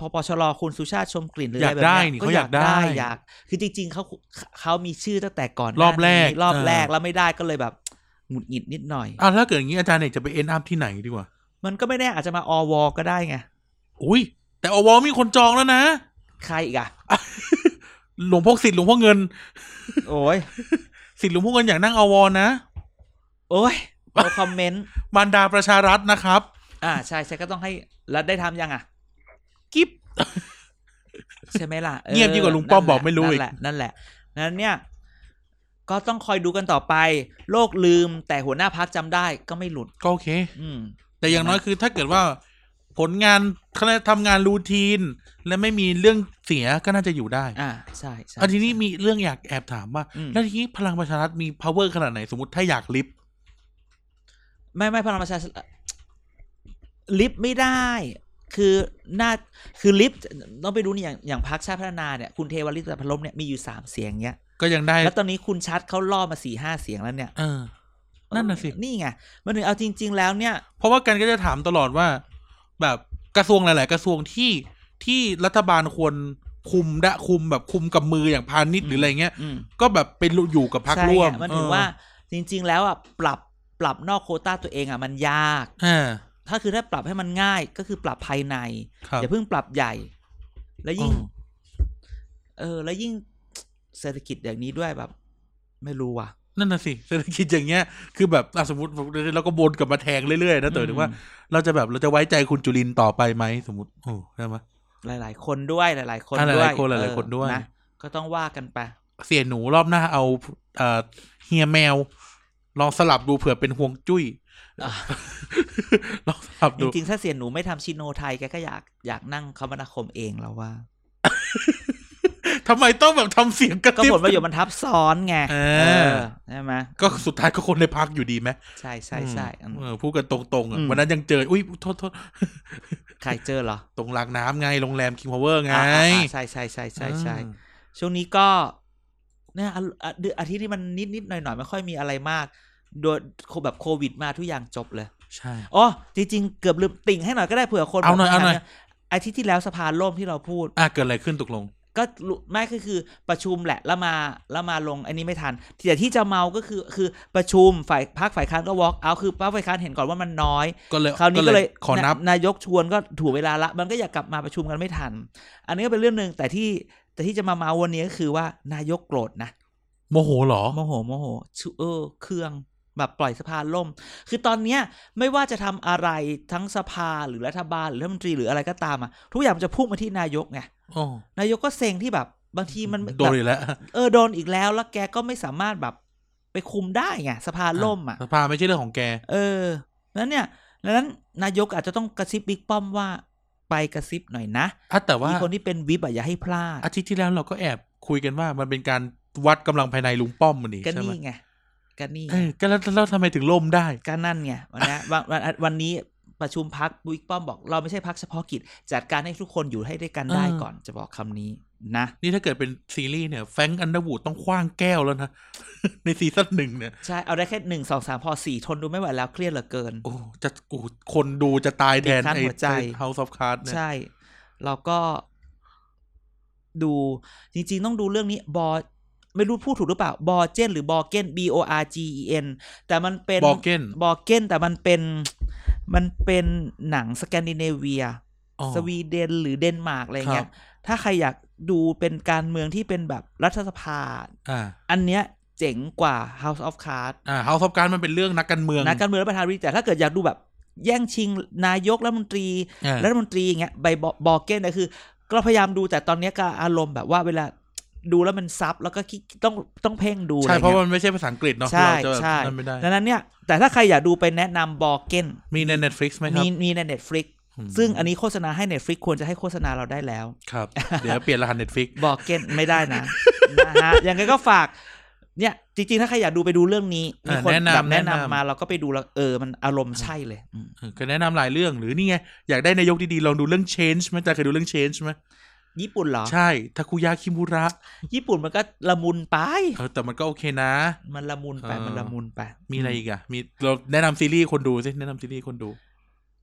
A: พปชรคุณสุชาติชมกลิ่นหรือ
B: อ
A: อะ
B: ยาก
A: ไรแบบ
B: ได้
A: เนี้ย
B: นี่
A: ก็
B: เขา
A: อาย
B: อยาก กได้
A: อยากคือจริงๆเขาเขามีชื่อตั้งแต่ก่อน
B: รอบแรก
A: รอบแรก
B: เออ
A: แล้วไม่ได้ก็เลยแบบหงุดหงิดนิดหน่อย
B: อ่ะถ้าเกิดอย่างนี้อาจารย์เอกจะไปเอ็นอัพที่ไหนดีกว่า
A: มันก็ไม่แน่อาจจะมาอวก็ได้ไง
B: อุ้ยแต่อวมีคนจองแล้วนะ
A: ใครอีกอะ
B: หลวงพ่อสิทธิ์หลวงพ่อเงิน
A: โอ้ย
B: สิทธิ์หลวงพ่อเงินอยากนั่งอวนะ
A: โอ้ยโนคอมเมนต์
B: มารดาประชารัฐนะครับ
A: อ่าใช่ใช่ก็ต้องให้แล้วได้ทำยังอ่ะ
B: กิ๊บ
A: ใช่ไหมล่ะ
B: เงียบยิ่งกว่าลุงป้อมบอกไม่รู้อีก
A: นั่นแหละนั่นแหละนั้นเนี่ยก็ต้องคอยดูกันต่อไปโลกลืมแต่หัวหน้าพรรคจำได้ก็ไม่หลุด
B: ก็โอเค
A: อืม
B: แต่อย่างน้อยคือถ้าเกิดว่าผลงานเขาทำงานรูทีน และไม่มีเรื่องเสียก็น่าจะอยู่ได้
A: อ่าใช่ใช่
B: อันทีนี้มีเรื่องอยากแอบถามว่า
A: อืม
B: แล้วทีนี้พลังประชารัฐมี power ขนาดไหนสมมติถ้าอยากลิฟต์
A: ไม่ไม่พลังประชาชนลิฟต์ไม่ได้ คือน่าคือลิฟต์ต้องไปดูนี่อย่างอย่างพรรคชาติพัฒนาเนี่ยคุณเทวลิปตะพลมเนี่ยมีอยู่สามเสียงเนี้ย
B: ก็ยังได้
A: แล้วตอนนี้คุณชัดเขาล่อมาสี่ห้าเสียงแล้วเนี่ย
B: เออนั่นน่ะสิ
A: นี่ไงมันถึงเอาจริงๆแล้วเนี่ย
B: เพราะว่ากันก็จะถามตลอดว่า แบบกระทรวงหลายๆกระทรวงที่ที่รัฐบาลควรคุมดะคุมแบบคุมกับมืออย่างพาณิชย์หรืออะไรเงี้ยก็แบบเป็นอยู่กับพรรคร่วม
A: มันถึงว่าจริงๆแล้วอ่ะปรับปรับนอกโควต้าตัวเองอ่ะมันยากถ้าคือถ้าปรับให้มันง่ายก็คือปรับภายในอย่าเพิ่งปรับใหญ่แล้วยิ่งเออแล้วยิ่งเศรษฐกิจอย่างนี้ด้วยแบบไม่รู้ว่ะ
B: นั่นน่ะสิเศรษฐกิจอย่างเงี้ยคือแบบสมมติเราก็วนกลับมาแทงเรื่อยๆนะเต๋อถึงว่าเราจะแบบเราจะไว้ใจคุณจุลินต่อไปไหมสมมติโอ้ใช่ไหม
A: หลายๆคนด้วยหลายๆคนด้วย
B: หลายๆคนหลายๆคนด้วย
A: นะก็ต้องว่ากันไป
B: เสี่ยหนูรอบหน้าเอาเอ่อเฮียแมวลองสลับดูเผื่อเป็นห่วงจุ้ยลองสลับดู
A: จริงๆถ้าเสี่ยหนูไม่ทำชิโนไทยแกก็อยากอยากนั่งคมนาคมเองแล้วว่า
B: ทำไมต้องแบบทำเสียงกระ
A: ติบก็ผลประโยช
B: น์
A: น์มันทับซ้อนไงใช่ไหม
B: ก็สุดท้ายก็คนในพักอยู่ดีไหม
A: ใช่ใช่ใช่
B: พูดกันตรงๆอ่ะวันนั้นยังเจออุ้ยโทษโทษ
A: ใครเจอเหรอ
B: ตรงหลักน้ำไงโรงแรมคิงพาวเวอร์ไง
A: ใช่ใช่ใช่ใช่ใช่ช่วงนี้ก็เนี่ยอาทิตย์นี้มันนิดนิดหน่อยหน่อยไม่ค่อยมีอะไรมากโดยแบบโควิดมาทุกอย่างจบเลย
B: ใช่
A: อ๋อจริงๆเกือบลืมติ่งให้หน่อยก็ได้เผื่อคน
B: เอาหน่อยเอาหน่อย
A: อาทิตย์ที่แล้วสภาล่มที่เราพูด
B: อ่ะเกิดอะไรขึ้นตกลง
A: ก็ไม่ก็คือประชุมแหละแล้วมาแล้วมาลงอันนี้ไม่ทันแต่ที่จะเมาก็คือคือประชุมฝ่ายพรรคฝ่ายค้านก็ walk out คือพรรคฝ่ายค้านเห็นก่อนว่ามันน้อย
B: ก็เลย
A: คราวนี้ก็เลย
B: ขอนับ
A: นายกชวนก็ถูกเวลาละมันก็อยากกลับมาประชุมกันไม่ทันอันนี้ก็เป็นเรื่องนึงแต่ที่แต่ที่จะมาเมาวันนี้ก็คือว่านายกโกรธนะ
B: โมโหเหรอ
A: โมโหโมโหเออเครื่องแบบปล่อยสภาล่มคือตอนเนี้ยไม่ว่าจะทำอะไรทั้งสภาหรือรัฐบาลหรือรัฐมนตรีหรืออะไรก็ตามอ่ะทุกอย่างมันจะพุ่งมาที่นายกไงนายกก็เซ็งที่แบบบางทีมัน
B: โดนอีกแล้ว
A: เออโดนอีกแล้วแล้วแกก็ไม่สามารถแบบไปคุมได้ไงสภาล่มอ่ะ
B: สภาไม่ใช่เรื่องของแก
A: เออแล้วเนี่ยดังนั้นนายกอาจจะต้องกระซิบบิ๊กป้อมว่าไปกระซิบหน่อยนะ
B: แต่ว่า
A: คนที่เป็นวิปอ่ะอย่าให้พลาด
B: อาทิตย์ที่แล้วเราก็แอบคุยกันว่ามันเป็นการวัดกำลังภายในลุงป้อมมันนี่
A: ใช่ไหมก็นี่ไงก็นี่
B: เออก็แล้วแล้วทำไมถึงล่มได้
A: ก็นั่นไงวันนี้วันวันนี้ประชุมพักบิ๊กป้อมบอกเราไม่ใช่พักเฉพาะกิจจัดการให้ทุกคนอยู่ให้ด้วยกันได้ก่อนจะบอกคำนี้นะ
B: นี่ถ้าเกิดเป็นซีรีส์เนี่ยแฟรงค์อันเดอร์วูดต้องคว้างแก้วแล้วนะ ในซีซั่นหนึ่งเนี่ย
A: ใช่เอาได้แค่หนึ่งสองสามพอสี่ทนดูไม่ไหวแล้วเครียดเหลือเกิน
B: โอ้จะโอ้คนดูจะตายแทนไอ้ House of Cards เนี่ย
A: ใช่เราก็ดูจริงๆต้องดูเรื่องนี้บอไม่รู้พูดถูกหรือเปล่าบอเจนหรือบอเกน B O R G E N แต่มันเป็น
B: บอเกน
A: บอเกนแต่มันเป็นมันเป็นหนังสแกนดิเนเวียสวีเดนหรือเดนมาร์กอะไรเงี้ยถ้าใครอยากดูเป็นการเมืองที่เป็นแบบรัฐสภาอ่าอันเนี้ยเจ๋งกว่า House of Cards
B: อ่า House of Cards มันเป็นเรื่องนักการเมือง
A: นักการเมืองและประธานาธิบดีแต่ถ้าเกิดอยากดูแบบแย่งชิงนายกรัฐมนตรีรัฐมนตรีอย่างเงี้ยใบบอเกนก็คือก็พยายามดูแต่ตอนนี้ก็อารมณ์แบบว่าเวลาดูแล้วมันซับแล้วก็ต้องต้องเพ่งดู
B: ใช่เพราะมันไม่ใช่ภาษาอังกฤษเนาะ
A: ใช่ใช่ดังนั้นเนี่ยแต่ถ้าใครอยากดูไปแนะนำบอเกน
B: มีใน Netflix ไหมครับ
A: มีมีใน Netflix ซึ่งอันนี้โฆษณาให้ Netflix ควรจะให้โฆษณาเราได้แล้ว
B: ครับเดี๋ยวเปลี่ยนรหัส Netflix
A: บอเกนไม่ได้นะนะฮะยังไงก็ฝากเนี่ยจริงๆถ้าใครอยากดูไปดูเรื่องนี้มีคนแบบแนะนำมาเราก็ไปดูแล้วเออมันอารมณ์ใช่เลย
B: ก็แนะนำหลายเรื่องหรือนี่ไงอยากได้นายกดีๆลองดูเรื่อง Change มั้ยจ๊ะเคยดูเรื่อง Change มั้ย
A: ญี่ปุ่นเหรอ
B: ใช่ทาคุยาคิมุระ
A: ญี่ปุ่นมันก็ละมุนไป
B: เออแต่มันก็โอเคนะ
A: มันละมุนไปมันละมุนไป
B: มีอะไรอีกอ่ะมีเราแนะนำซีรีส์คนดูสิแนะนำซีรีส์คนดู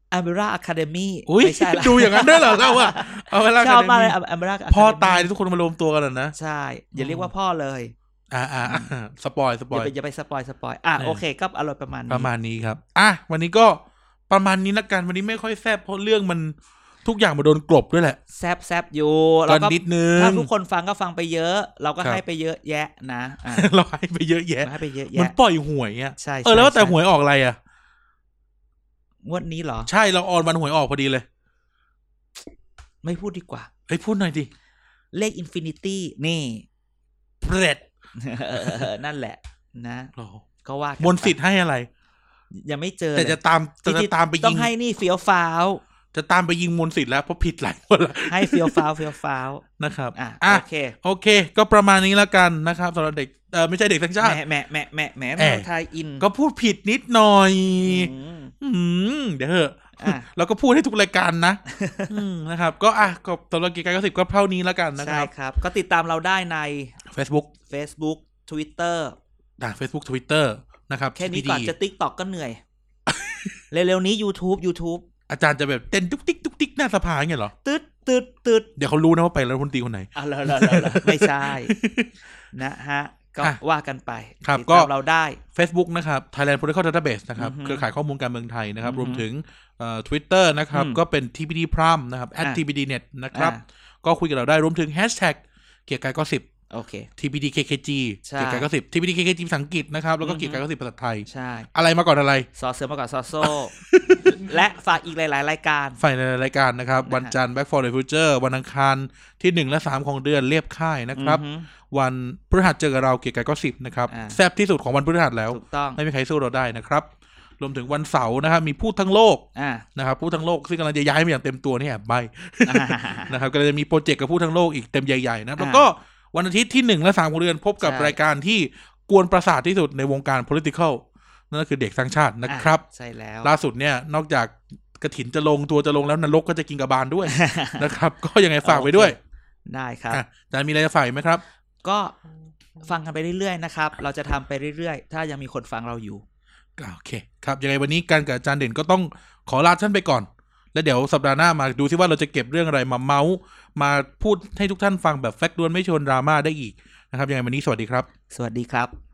A: Umbrella Academy
B: ไม่ใช่ละดูอย่างนั้นด้วยเหรอเราอ่ะ Umbrella Academy
A: ชอบมากเลย Umbrella Academy
B: พ่อตายทุกคนมารวมตัวกันนะ
A: ใช่อย่าเรียกว่าพ่อเลย
B: อ่าๆสปอยสปอย
A: อย่าไปสปอยสปอยอ่ะโอเคก็อร่อยประมาณนี้
B: ประมาณนี้ครับอ่ะวันนี้ก็ประมาณนี้ละกันวันนี้ไม่ค่อยแซ่บเพราะเรื่องมันทุกอย่างมาโดนกลบด้วยแหละ
A: แซบแซบอยู่เราก็
B: นิดนึง
A: ถ้าทุกคนฟังก็ฟังไปเยอะเราก็ให้ไปเยอะแยะนะ
B: เราให้ไปเยอะแยะ
A: ให้ไปเยอะแยะ
B: มันปล่อยหวยอ่ะ
A: ใช่
B: เออแล้วแต่หวยออกอะไรอ่ะ
A: งวดนี้เหรอ
B: ใช่เราออนวันหวยออกพอดีเลย
A: ไม่พูดดีกว่า
B: เฮ้ยพูดหน่อยดิ
A: เลขอินฟินิตี้นี่
B: เปรต
A: นั่นแหละนะก็ว่าม
B: นต์สิทธิ์ให้อะไร
A: ยังไม่เจอ
B: แต่จะตามจะตามไปยิง
A: ต้องให้นี่เฟี้ยวฟ้าว
B: จะตามไปยิงมนต์สิทธิ์แล้วเพราะผิดหลายคนละ
A: ให้เฟี้ยวฟ้าวเฟี้ยวฟ้าว
B: นะครับ
A: อ่ะโอเค
B: โอเคก็ประมาณนี้แล้วกันนะครับสำหรับเด็กเออไม่ใช่เด็กทั้งชาติ
A: แหมแหมแหมแหมแหมไทยอิน
B: ก็พูดผิดนิดหน่อยอืมเดี๋ยวเถอะเราก็พูดให้ทุกรายการนะนะครับก็อ่ะก็สำหรับกิจการก็สิบก็เท่านี้แล้วกันนะครับ
A: ใช่ครับก็ติดตามเราได้ใน
B: Facebook
A: Facebook Twitter
B: อ่า Facebook Twitter นะครับ
A: แค่นี้ก่อนจะ TikTok ก็เหนื่อยเร็วๆนี้ YouTube YouTube
B: อาจารย์จะแบบเต้นตุ๊กติ๊กตุ๊กติ๊กหน้าสภาอย่างเงี้ยเหรอ
A: ตึ๊ดตึ๊ดตึ๊ด
B: เดี๋ยวเขารู้นะว่าไปแล้วคนตีคนไหน
A: อ่ะแล้วๆๆไม่ใช่นะฮะก็ว่ากันไป
B: ติดต
A: ามเราได้
B: Facebook นะครับ Thailand Political Database นะครับเครือข่ายข้อมูลการเมืองไทยนะครับรวมถึงเอ่อ Twitter นะครับก็เป็น ที พี ดี Pram นะครับ แอท ที พี ดี เน็ต นะครับก็คุยกับเราได้รวมถึง Hashtag เกียร์กายก็สิบ
A: โอเค
B: ที พี ดี เค เค จี เกียร์กายก็สิบ ที พี ดี เค เค จี ภาษาอังกฤษนะครับแล้วก็เกียร์กายก็สิบภาษาไทย
A: ใช่
B: อะไรมาก่อนอะไร
A: ซอเสือมาก่อนซอโซ่และฝากอีกหลายๆรายการ
B: ฝากในรายการนะครับวันจันทร์ Back for the Future วันอังคารที่หนึ่งและสามของเดือนเรียบค่ายนะครับวันพฤหัสเจอกับเราเกียร์กายก็สิบนะครับแซ่บที่สุดของวันพฤหัสแล้วไม่มีใครสู้เราได้นะครับรวมถึงวันเสาร์นะครับมีพูดทั้งโลกนะครับพูดทั้งโลกซึ่งกำลังจะย้ายมาอย่างเต็มตัวนี่แอบใบนะครับก็จะมีโปรเจกต์กับพูดทั้งโลกอีกเต็มใหญ่ๆนะแล้วก็วันอาทิตย์ที่หนึ่งและสามของเดือนพบกับรายการที่กวนประสาทที่สุดในวงการ political นั่นก็คือเด็กสร้างชาตินะครับ
A: ใช่แล้ว
B: ล่าสุดเนี่ยนอกจากกฐินจะลงตัวจะลงแล้วนรกก็จะกินกระบาลด้วย นะครับก็ยังไงฝากไว้ด้วย
A: ได้ครับ
B: แต่มีอะไรจะฝากไหมครับ
A: ก็ฟังกันไปเรื่อยๆนะครับเราจะทำไปเรื่อยๆถ้ายังมีคนฟังเราอยู่
B: โอเคครับยังไงวันนี้การกับอาจารย์เด่นก็ต้องขอลาท่านไปก่อนแล้วเดี๋ยวสัปดาห์หน้ามาดูซิว่าเราจะเก็บเรื่องอะไรมาเมาส์มาพูดให้ทุกท่านฟังแบบแฟกต์ล้วนไม่ชวนดราม่าได้อีกนะครับยังไงวันนี้สวัสดีครับ
A: สวัสดีครับ